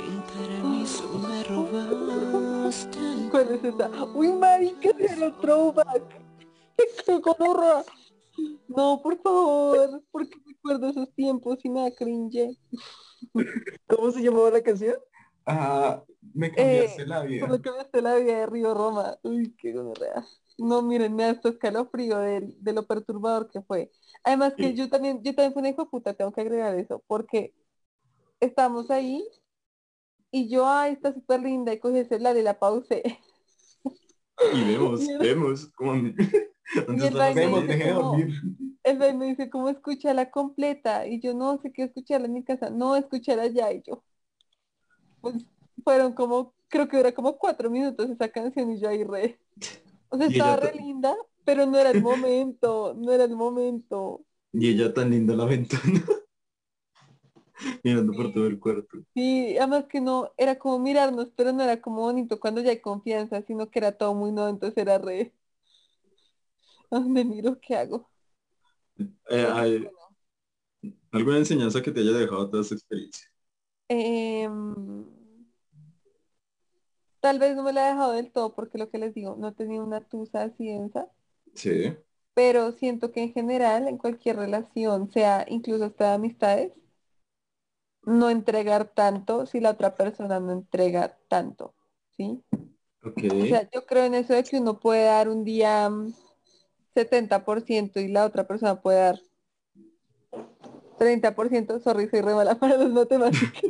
¿Cuál es esa? Uy, marica, cero throwback. ¡Qué gonorra! No, por favor, porque recuerdo esos tiempos y me da cringe. ¿Cómo se llamaba la canción? Ah, me cambiaste Eh, la por vida. lo que viste la vida de Río Roma. Uy, qué gonorrea. No, miren, me da esto escalofrío de, de lo perturbador que fue. Además que Y, yo también, yo también fui una hijo de puta, tengo que agregar eso, porque estamos ahí y yo, ay, está súper linda, y cogí el celular y la pausé. y Y vemos, el, vemos cómo y dónde el está la baile me Vemos, señal. dice dejé de como, dormir. el baile me dice cómo escucharla completa, y yo no sé qué escucharla en mi casa, no escuchar allá, y yo, pues fueron como, creo que dura como cuatro minutos esa canción y yo ahí re. O sea, Y estaba ella, re ta- linda, pero no era el momento, no era el momento. y ella tan linda a la ventana, mirando por todo el Sí, cuarto. sí, además que no, era como mirarnos, pero no era como bonito cuando ya hay confianza, sino que era todo muy no, entonces era re, ¿a dónde miro? ¿Qué hago? Eh, Pero hay bueno, alguna enseñanza que te haya dejado toda esa experiencia. em, tal vez no me la he dejado del todo porque lo que les digo, no tenía una tusa así densa, Sí, pero siento que en general, en cualquier relación, sea incluso hasta de amistades, no entregar tanto si la otra persona no entrega tanto, ¿sí? ok. O sea, yo creo en eso de que uno puede dar un día mm, setenta por ciento y la otra persona puede dar treinta por ciento. Sorry, soy re mala para las matemáticas.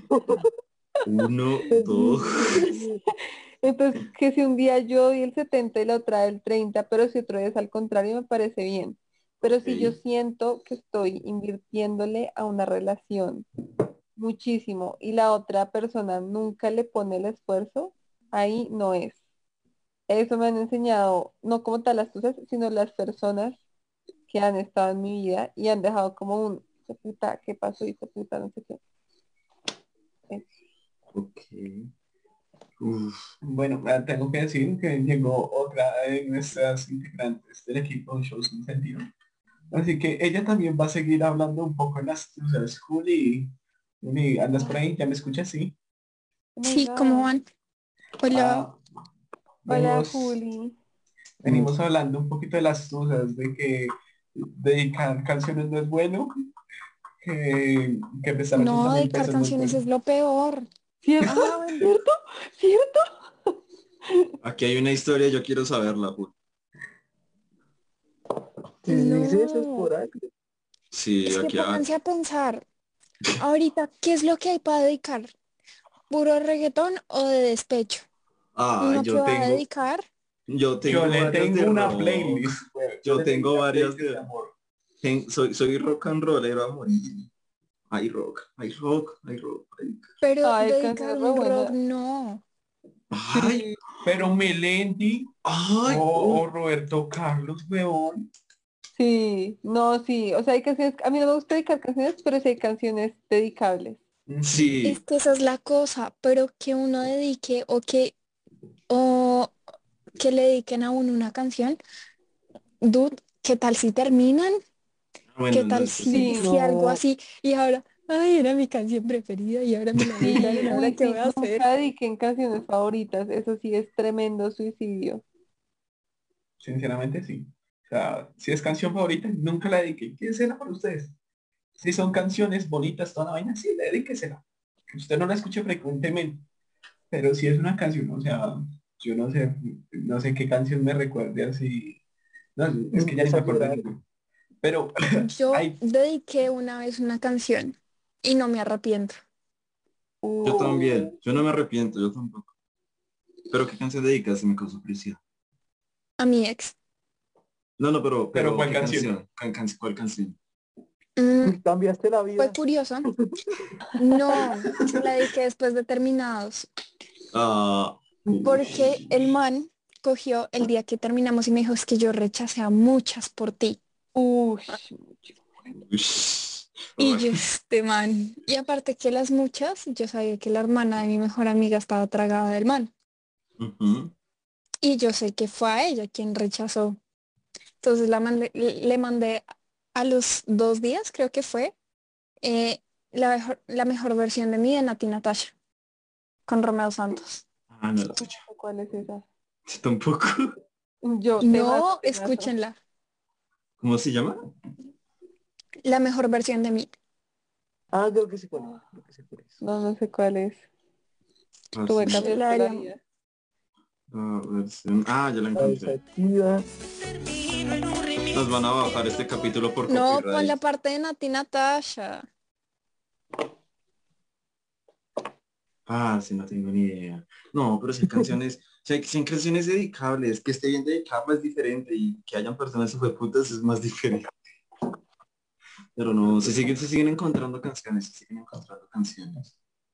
Uno, dos. Sí. Entonces, que si un día yo doy el setenta y la otra el treinta, pero si otro día es al contrario, me parece bien. Pero si yo Ok, siento que estoy invirtiéndole a una relación muchísimo y la otra persona nunca le pone el esfuerzo, ahí no es. Eso me han enseñado, no como tal las cosas, sino las personas que han estado en mi vida y han dejado como un, "Hijo de puta, ¿qué pasó? Hijo de puta, no sé qué". Eh, ok. Uf, Bueno, ah, tengo que decir que llegó otra de nuestras integrantes del equipo de Show Sin Sentido. Así que ella también va a seguir hablando un poco en las tusas. Juli, Juli, ¿andas por ahí? ¿Ya me escuchas? Sí. Oh my Sí, ¿cómo God. van? Hola. Ah, Hola, venimos, Juli. venimos hablando un poquito de las tusas, de que dedicar canciones no es bueno, que, que prestar ochenta No, mil dedicar pesos no es canciones bueno. es lo peor. ¿Cierto? Ah, bueno. ¿Cierto? ¿Cierto? aquí hay una historia, yo quiero saberla. Jul. Si dice eso es No, por algo. Sí, es que aquí hay. pónganse a pensar, ahorita, ¿qué es lo que hay para dedicar? ¿Puro reggaetón o de despecho? Ah, ¿Uno que yo va a tengo, dedicar? yo Yo tengo le varias de tengo una rock. playlist, güey. Yo Yo le tengo tengo una varias playlist de de. amor. ten- soy, soy rock and rollero a morir. Hay rock, hay rock, hay rock. hay- Pero Ay, dedicar canciones re un rock buenas. no. Ay, Sí. Pero Melendi ay, o, uy, o Roberto Carlos, weón. Sí, no, sí. O sea, hay canciones, a mí no me gusta dedicar canciones, pero sí hay canciones dedicables. Ujú. Es sí, que esa es la cosa, pero que uno dedique o que, o que le dediquen a uno una canción, dude, ¿qué tal si terminan? ¿Qué Bueno, no, tal eso si, sí. Sí, si algo No, así y ahora, ay, era mi canción preferida y ahora me la dedicaron, sí, ¿ahora uy, qué voy sí, a hacer? nunca dediquen canciones favoritas, eso sí es tremendo suicidio. Sinceramente sí. O sea, si es canción favorita, nunca la dediqué. Quédensela para ustedes. Si son canciones bonitas, toda la vaina, sí, dedíquesela. Que usted no la escuche frecuentemente. Pero si es una canción, o sea, yo no sé, no sé qué canción me recuerde así. No, es que ya ni empieza me a acuerdo el llorar. nombre. Pero Yo hay, dediqué una vez una canción y no me arrepiento. Yo Uh, también, yo no me arrepiento, yo tampoco. Pero ¿qué canción dedicas? Se me causó curiosidad. A mi ex. No, no, pero, pero pero ¿cuál ¿qué canción? canción? ¿Can- can- ¿Cuál canción? Mm, Cambiaste la fue vida. curioso. No, se la dediqué después de terminados. Ah, Porque ush, el man cogió el día que terminamos y me dijo, es que yo rechacé a muchas por ti. ush, ush. Y yo, Uy. este man. Y aparte que las muchas, yo sabía que la hermana de mi mejor amiga estaba tragada del man. Ujú. Y yo sé que fue a ella quien rechazó. Entonces la mandé- le mandé a los dos días, creo que fue, eh, la mejor, la mejor versión de mí de Nati Natasha, con Romeo Santos. Ah, no la no escucho. sé ¿cuál es esa? Yo tampoco. Yo, temazo, No, temazo. escúchenla. ¿Cómo se llama? La mejor versión de mí. Ah, creo que sí cuál es, creo que sí cuál es. No, no sé cuál es. Ah, Tuve sí. Se cambios la por la daría. vida. Ah, versión- ah, ya la La de encontré. Shakira. Nos van a bajar este capítulo por No, con la copyright. parte de Nati Natasha. Ah, sí, no tengo ni idea. No, pero si hay canciones, si hay, si hay canciones dedicables, que esté bien dedicable es diferente y que hayan personas hijueputas es más diferente. Pero no, se siguen, se siguen encontrando canciones, se siguen encontrando canciones.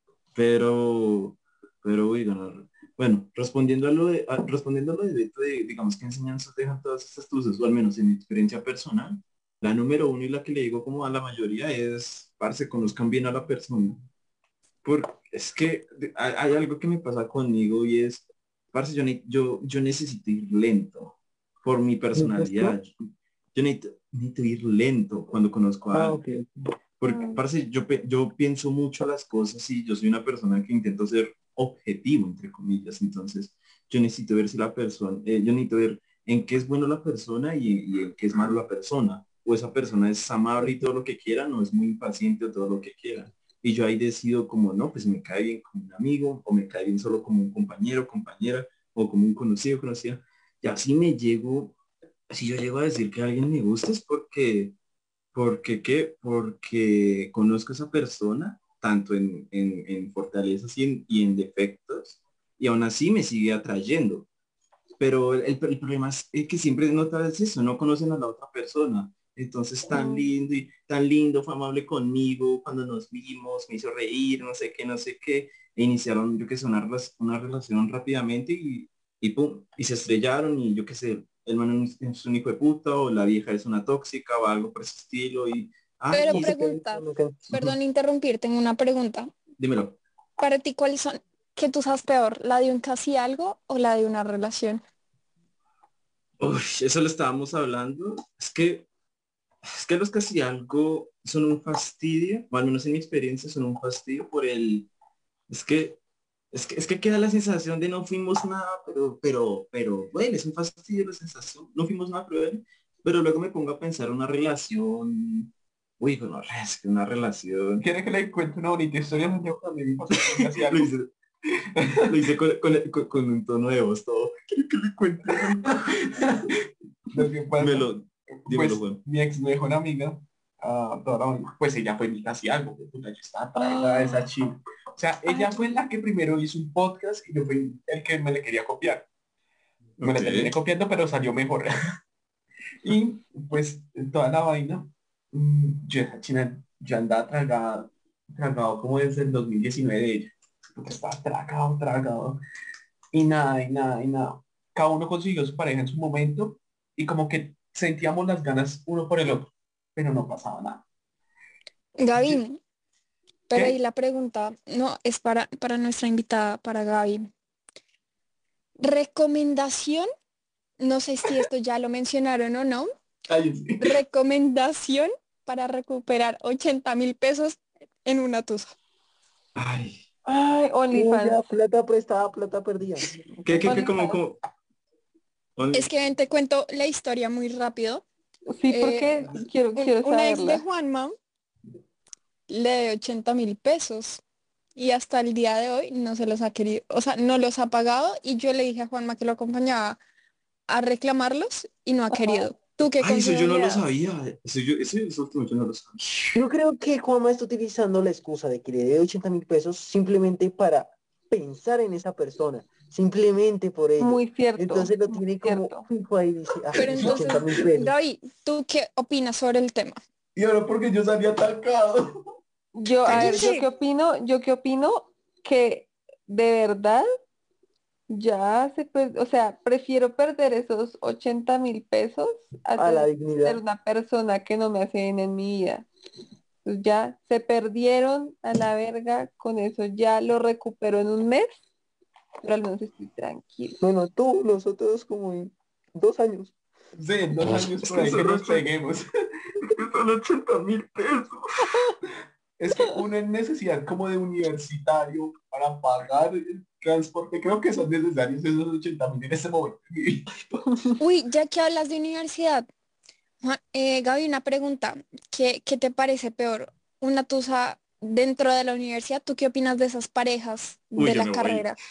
Pero, pero, uy, no, bueno, respondiendo a lo de, a- respondiendo a lo de Beto de, digamos, que enseñanzas dejan todas estas cosas, o al menos en mi experiencia personal, la número uno y la que le digo como a la mayoría es, parce, conozcan bien a la persona. Porque es que de- hay, hay algo que me pasa conmigo y es, parce, yo, ne- yo, yo necesito ir lento por mi ¿Dices qué? personalidad. Yo necesito, necesito ir lento cuando conozco a Ah, alguien. ok. Porque, Mm, parce, yo, pe- yo pienso mucho las cosas y yo soy una persona que intento ser objetivo, entre comillas. Entonces, yo necesito ver si la persona, eh, yo necesito ver en qué es bueno la persona y, y en qué es malo la persona. O esa persona es amable y todo lo que quiera, no es muy impaciente o todo lo que quiera. Y yo ahí decido como, no, pues me cae bien como un amigo o me cae bien solo como un compañero, compañera o como un conocido, conocida. Y así me llego, si yo llego a decir que a alguien me gusta es porque ¿Porque qué? Porque conozco a esa persona, tanto en, en, en fortalezas y en, y en defectos, y aún así me sigue atrayendo. Pero el, el problema es que siempre notas eso, no conocen a la otra persona. Entonces tan mm. lindo y tan lindo, fue amable conmigo cuando nos vimos, me hizo reír, no sé qué, no sé qué. E iniciaron, yo qué sé, una, rela- una relación rápidamente y, y pum, y se estrellaron y yo qué sé, el man es es un hijo de puta o la vieja es una tóxica o algo por ese estilo y, Pero ay, Como es- que pregunta, como que- ujú, perdón interrumpir, tengo una pregunta. dímelo. Para ti, ¿cuáles son, qué tú sabes peor, la de un casi algo o la de una relación? Uy, eso lo estábamos hablando. Es que Es que los casi algo son un fastidio, o al menos en mi experiencia son un fastidio por el, es que, es que, es que queda la sensación de no fuimos nada, pero, pero, pero, bueno, es un fastidio la sensación, no fuimos nada, pero bueno, pero luego me pongo a pensar una relación, uy, no, es que una relación, ¿Quiere que le cuente una bonita historia donde también me pasó con casi lo algo? hice, lo hice con, con- con- con un tono de voz todo, ¿quiere que le cuente algo? Lo que pasa, Dímelo, dímelo, pues Juan. mi ex mejor amiga, ah, toda la vaina, pues ella fue mi casi algo, pues, puta, yo estaba tragada de esa Ah, chica. O sea, ella fue la que primero hizo un podcast y yo fui el que me le quería copiar. Me Ok, la terminé copiando, pero salió mejor. Y pues toda la vaina, mm, yo esa china ya andaba tragada, tragado como desde el dos mil diecinueve de ella. Porque estaba tragado, tragado. Y nada, y nada, y nada. Cada uno consiguió su pareja en su momento y como que sentíamos las ganas uno por el otro, pero no pasaba nada. Ye- Gaby, pero ahí ¿Qué? la pregunta, no, es para, para nuestra invitada, para Gaby. Recomendación, no sé si esto ya lo mencionaron o no. Ay, sí. Recomendación para recuperar ochenta mil pesos en una tusa. Ay, Ay, No, ya, OnlyFans. plata prestada, plata perdida. ¿qué, qué, qué, como, OnlyFans. como? Only- Es que ven, te cuento la historia muy rápido. Sí, Eh, porque quiero, un- quiero una ex de saberla. Juanma le de ochenta mil pesos y hasta el día de hoy no se los ha querido, o sea, no los ha pagado y yo le dije a Juanma que lo acompañaba a reclamarlos y no ha Ajá. querido. ¿Tú qué Ay, eso consejo yo no le lo das? sabía. Eso yo, eso, eso último yo no lo sabía. Yo creo que Juanma está utilizando la excusa de que le dé ochenta mil pesos simplemente para pensar en esa persona, simplemente por ello. Muy cierto, Entonces lo muy tiene como cierto. fijo ahí, dice, ah, Pero es ochenta entonces, mil pesos. Gaby, ¿tú qué opinas sobre el tema? Y ahora porque yo salí atacado. Yo, a ver, yo qué Cállese. opino, yo qué opino que de verdad ya se per- o sea, prefiero perder esos ochenta mil pesos a A la tener que ser dignidad. una persona que no me hace bien en mi vida. Pues ya se perdieron a la verga, con eso ya lo recupero en un mes, pero al menos estoy tranquila. Bueno, tú, nosotros como en dos años. Sí, en dos años Es por que ahí que son nos ochenta, peguemos. es que son ochenta mil pesos. Es que uno en necesidad como de universitario para pagar el transporte, creo que son necesarios esos ochenta mil en este momento. Uy, ya que hablas de universidad, Juan- eh, Gaby, una pregunta. ¿Qué, qué te parece peor? ¿Una tusa dentro de la universidad? ¿Tú qué opinas de esas parejas Uy, de yo la me voy. carrera?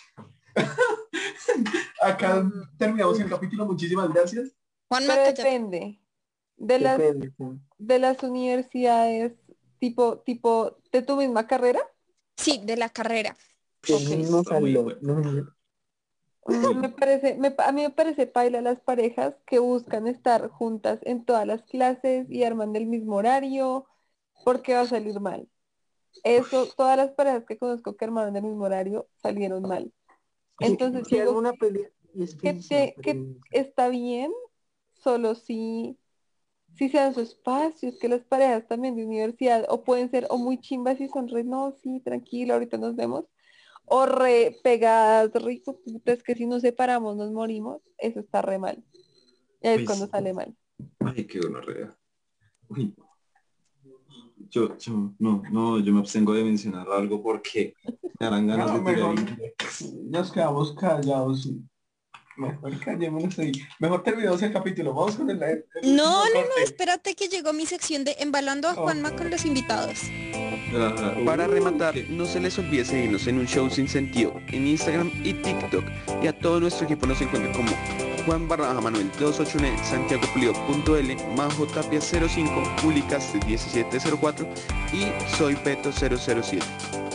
Acá Mm, terminamos el capítulo, muchísimas gracias. Juanma, Pero cállate. depende de las Depende. Sí. de las universidades tipo tipo de tu misma carrera. Sí, de la carrera. Del Ok. mismo Está muy salón. bueno. No, Mm, Me Uy, parece, me pa- a mí me parece paila las parejas que buscan estar juntas en todas las clases y arman del mismo horario porque va a salir mal. Eso, todas las parejas que conozco que armaron del mismo horario salieron mal. Entonces si hago digo una pelea y es que, felicidad. te- que está bien, solo si, si se dan sus espacios, que las parejas también de universidad o pueden ser o muy chimbas y son re, no, sí, tranquilo, ahorita nos vemos, o re pegadas, rico putas, que si nos separamos nos morimos, eso está re mal. Y ahí es uy, cuando sí. sale mal. Ay, qué gonorrea. Uy, yo, yo, no, no, yo me abstengo de mencionar algo porque me darán ganas No, de tirar mejor indirectas. nos quedamos callados. Mejor callémonos ahí. Mejor terminamos el capítulo. Vamos con el, el No, último no, no, corte. espérate que llegó mi sección de embalando a Oh, Juanma con los invitados. Ah, Para uh, rematar, qué- no se les olvide seguirnos en Un Show Sin Sentido en Instagram y TikTok, y a todo nuestro equipo nos encuentra como Juan barra baja Manuel dos ocho nueve, Santiago Pulido punto L, Majo Tapia cero cinco, Publicaste diecisiete cero cuatro y Soy Beto cero cero siete.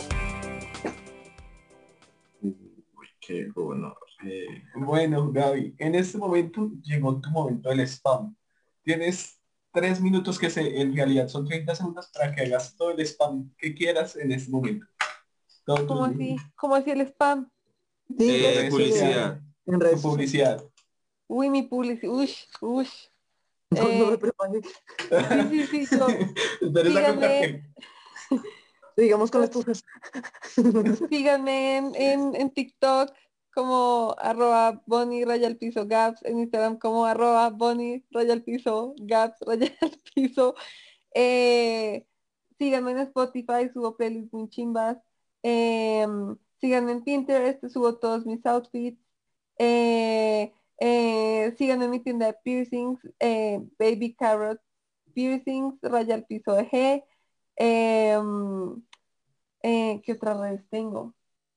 uy, qué gonorrea. bueno, Gaby, en este momento llegó tu momento del spam. Tienes tres minutos que se, en realidad son treinta segundos para que hagas todo el spam que quieras en este momento. Todo ¿Cómo tuyo. así? ¿Cómo así el spam? Sí, Tus Eh, redes básicamente sociales, publicidad. en tu redes sociales. publicidad. Uy, mi publicidad. Ush, ush. No, no me Eh, preparé. sí, sí, sí, yo. Esperes a contar Síganme, que Digamos con las yo- tusas. síganme en, en, en TikTok como arroba Bonnie raya al piso Gaps, en Instagram como arroba Bonnie raya al piso Gaps raya al piso. Eh, síganme en Spotify, subo playlists muy chimbas. Em, síganme en Pinterest, subo todos mis outfits. Eh, eh, síganme en mi tienda de piercings, eh, Baby Carrot Piercings, raya al piso de G. Em, eh, ¿qué otras redes tengo?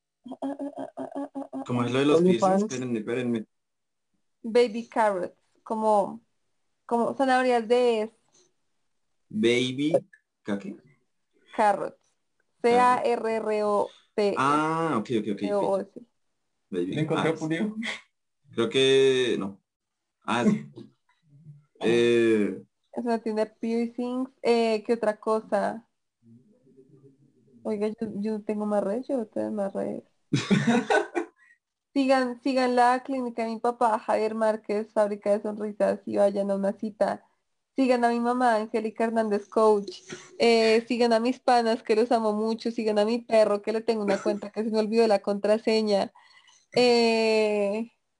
¿Cómo es lo de los piercings? OnlyFans. Espérenme, espérenme. Baby Carrots, como, como zanahorias de Baby. ¿Qué? carrots. Carro. C-A-R-R-O-T-S. Ah, ok, ok, ok, ok. O-S. le Baby. encontré Ah, a Julio. creo que no. Ah, sí. Eh, Es una tienda de piercings. Eh, ¿qué otra cosa? Oiga, yo, yo no tengo más redes, yo tengo más redes. Sigan, sigan la clínica de mi papá, Javier Márquez, Fábrica de Sonrisas, y vayan a una cita. Sigan a mi mamá, Angélica Hernández Coach. Eh, sigan a mis panas, que los amo mucho. Sigan a mi perro, que le tengo una cuenta que se me olvidó la contraseña. Eh,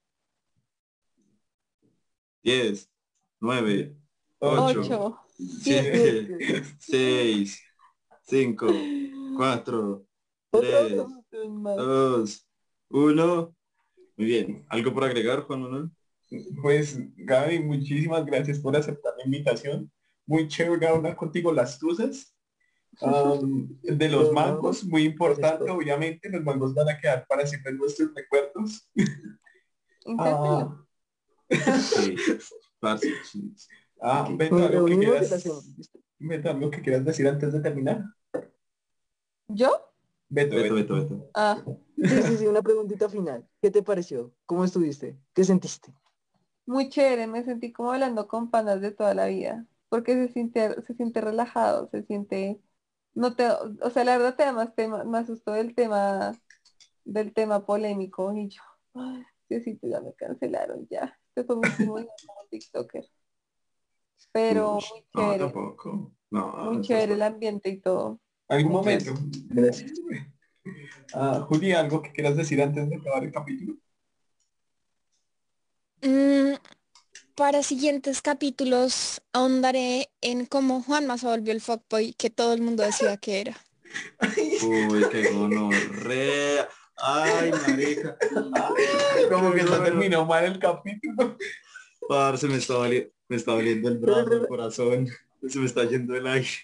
diez, nueve, ocho, Ocho. siete, seis, cinco, cuatro, Otra, tres, otra, otra más. dos, uno. Muy bien. ¿Algo por agregar, Juan Manuel? Pues Gaby, muchísimas gracias por aceptar la invitación. Muy chévere hablar contigo las tusas. Am, de los Los mangos, mangos, muy importante, todo. obviamente, los mangos van a quedar para siempre en nuestros recuerdos. Inténtelo. Ah, Sí. Parce, sí. ah, Ok. Beto, Nos algo que reunimos y quieras, la hacemos. ¿Listo? Beto, algo que quieras decir antes de terminar. ¿Yo? Beto, Beto, Beto. Beto, Beto. Ah, Sí, sí, sí, una preguntita final. ¿Qué te pareció? ¿Cómo estuviste? ¿Qué sentiste? muy chévere, me sentí como hablando con panas de toda la vida, porque se siente, se siente relajado, se siente, no te, o sea, la verdad te da más tema, me asustó del tema, del tema polémico y yo, ay, Diosito, ya me cancelaron ya, este fue mi último día como TikToker, pero Ush, muy no, chévere, tampoco. No, muy no estás chévere el mal. ambiente y todo, ¿Algún muy chévere. momento? Gracias. Ah, Juli, ¿algo que quieras decir antes de acabar el capítulo? Mm, para siguientes capítulos ahondaré en cómo Juanma se volvió el fuckboy que todo el mundo decía que era. Uy, qué gonorrea. Ay, marica. Ay, Como qué que se gonorrea. terminó mal el capítulo. Parce, me está doliendo, me está doliendo el Pero, brazo, el pero, corazón. Se me está yendo el aire.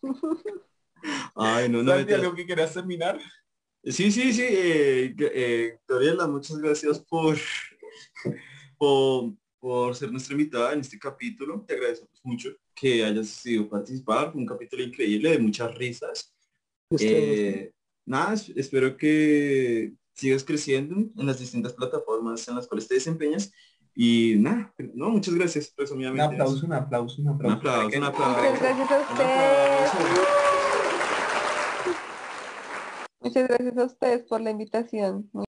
Ay, no, no Santi, metas. ¿algo que quieras terminar? Sí, sí, sí. Eh, eh, Gabriela, muchas gracias por, por, por ser nuestra invitada en este capítulo. Te agradecemos mucho que hayas sido participar. Fue un capítulo increíble, de muchas risas. Gusto, gusto. Eh, nada, es- espero que sigas creciendo en las distintas plataformas en las cuales te desempeñas. Y nada, no, muchas gracias, Un resumidamente eso. aplauso, un aplauso, un Un aplauso para aplauso, un que Muchas aplauso, gracias a un ustedes, aplauso. muchas gracias a ustedes por la invitación.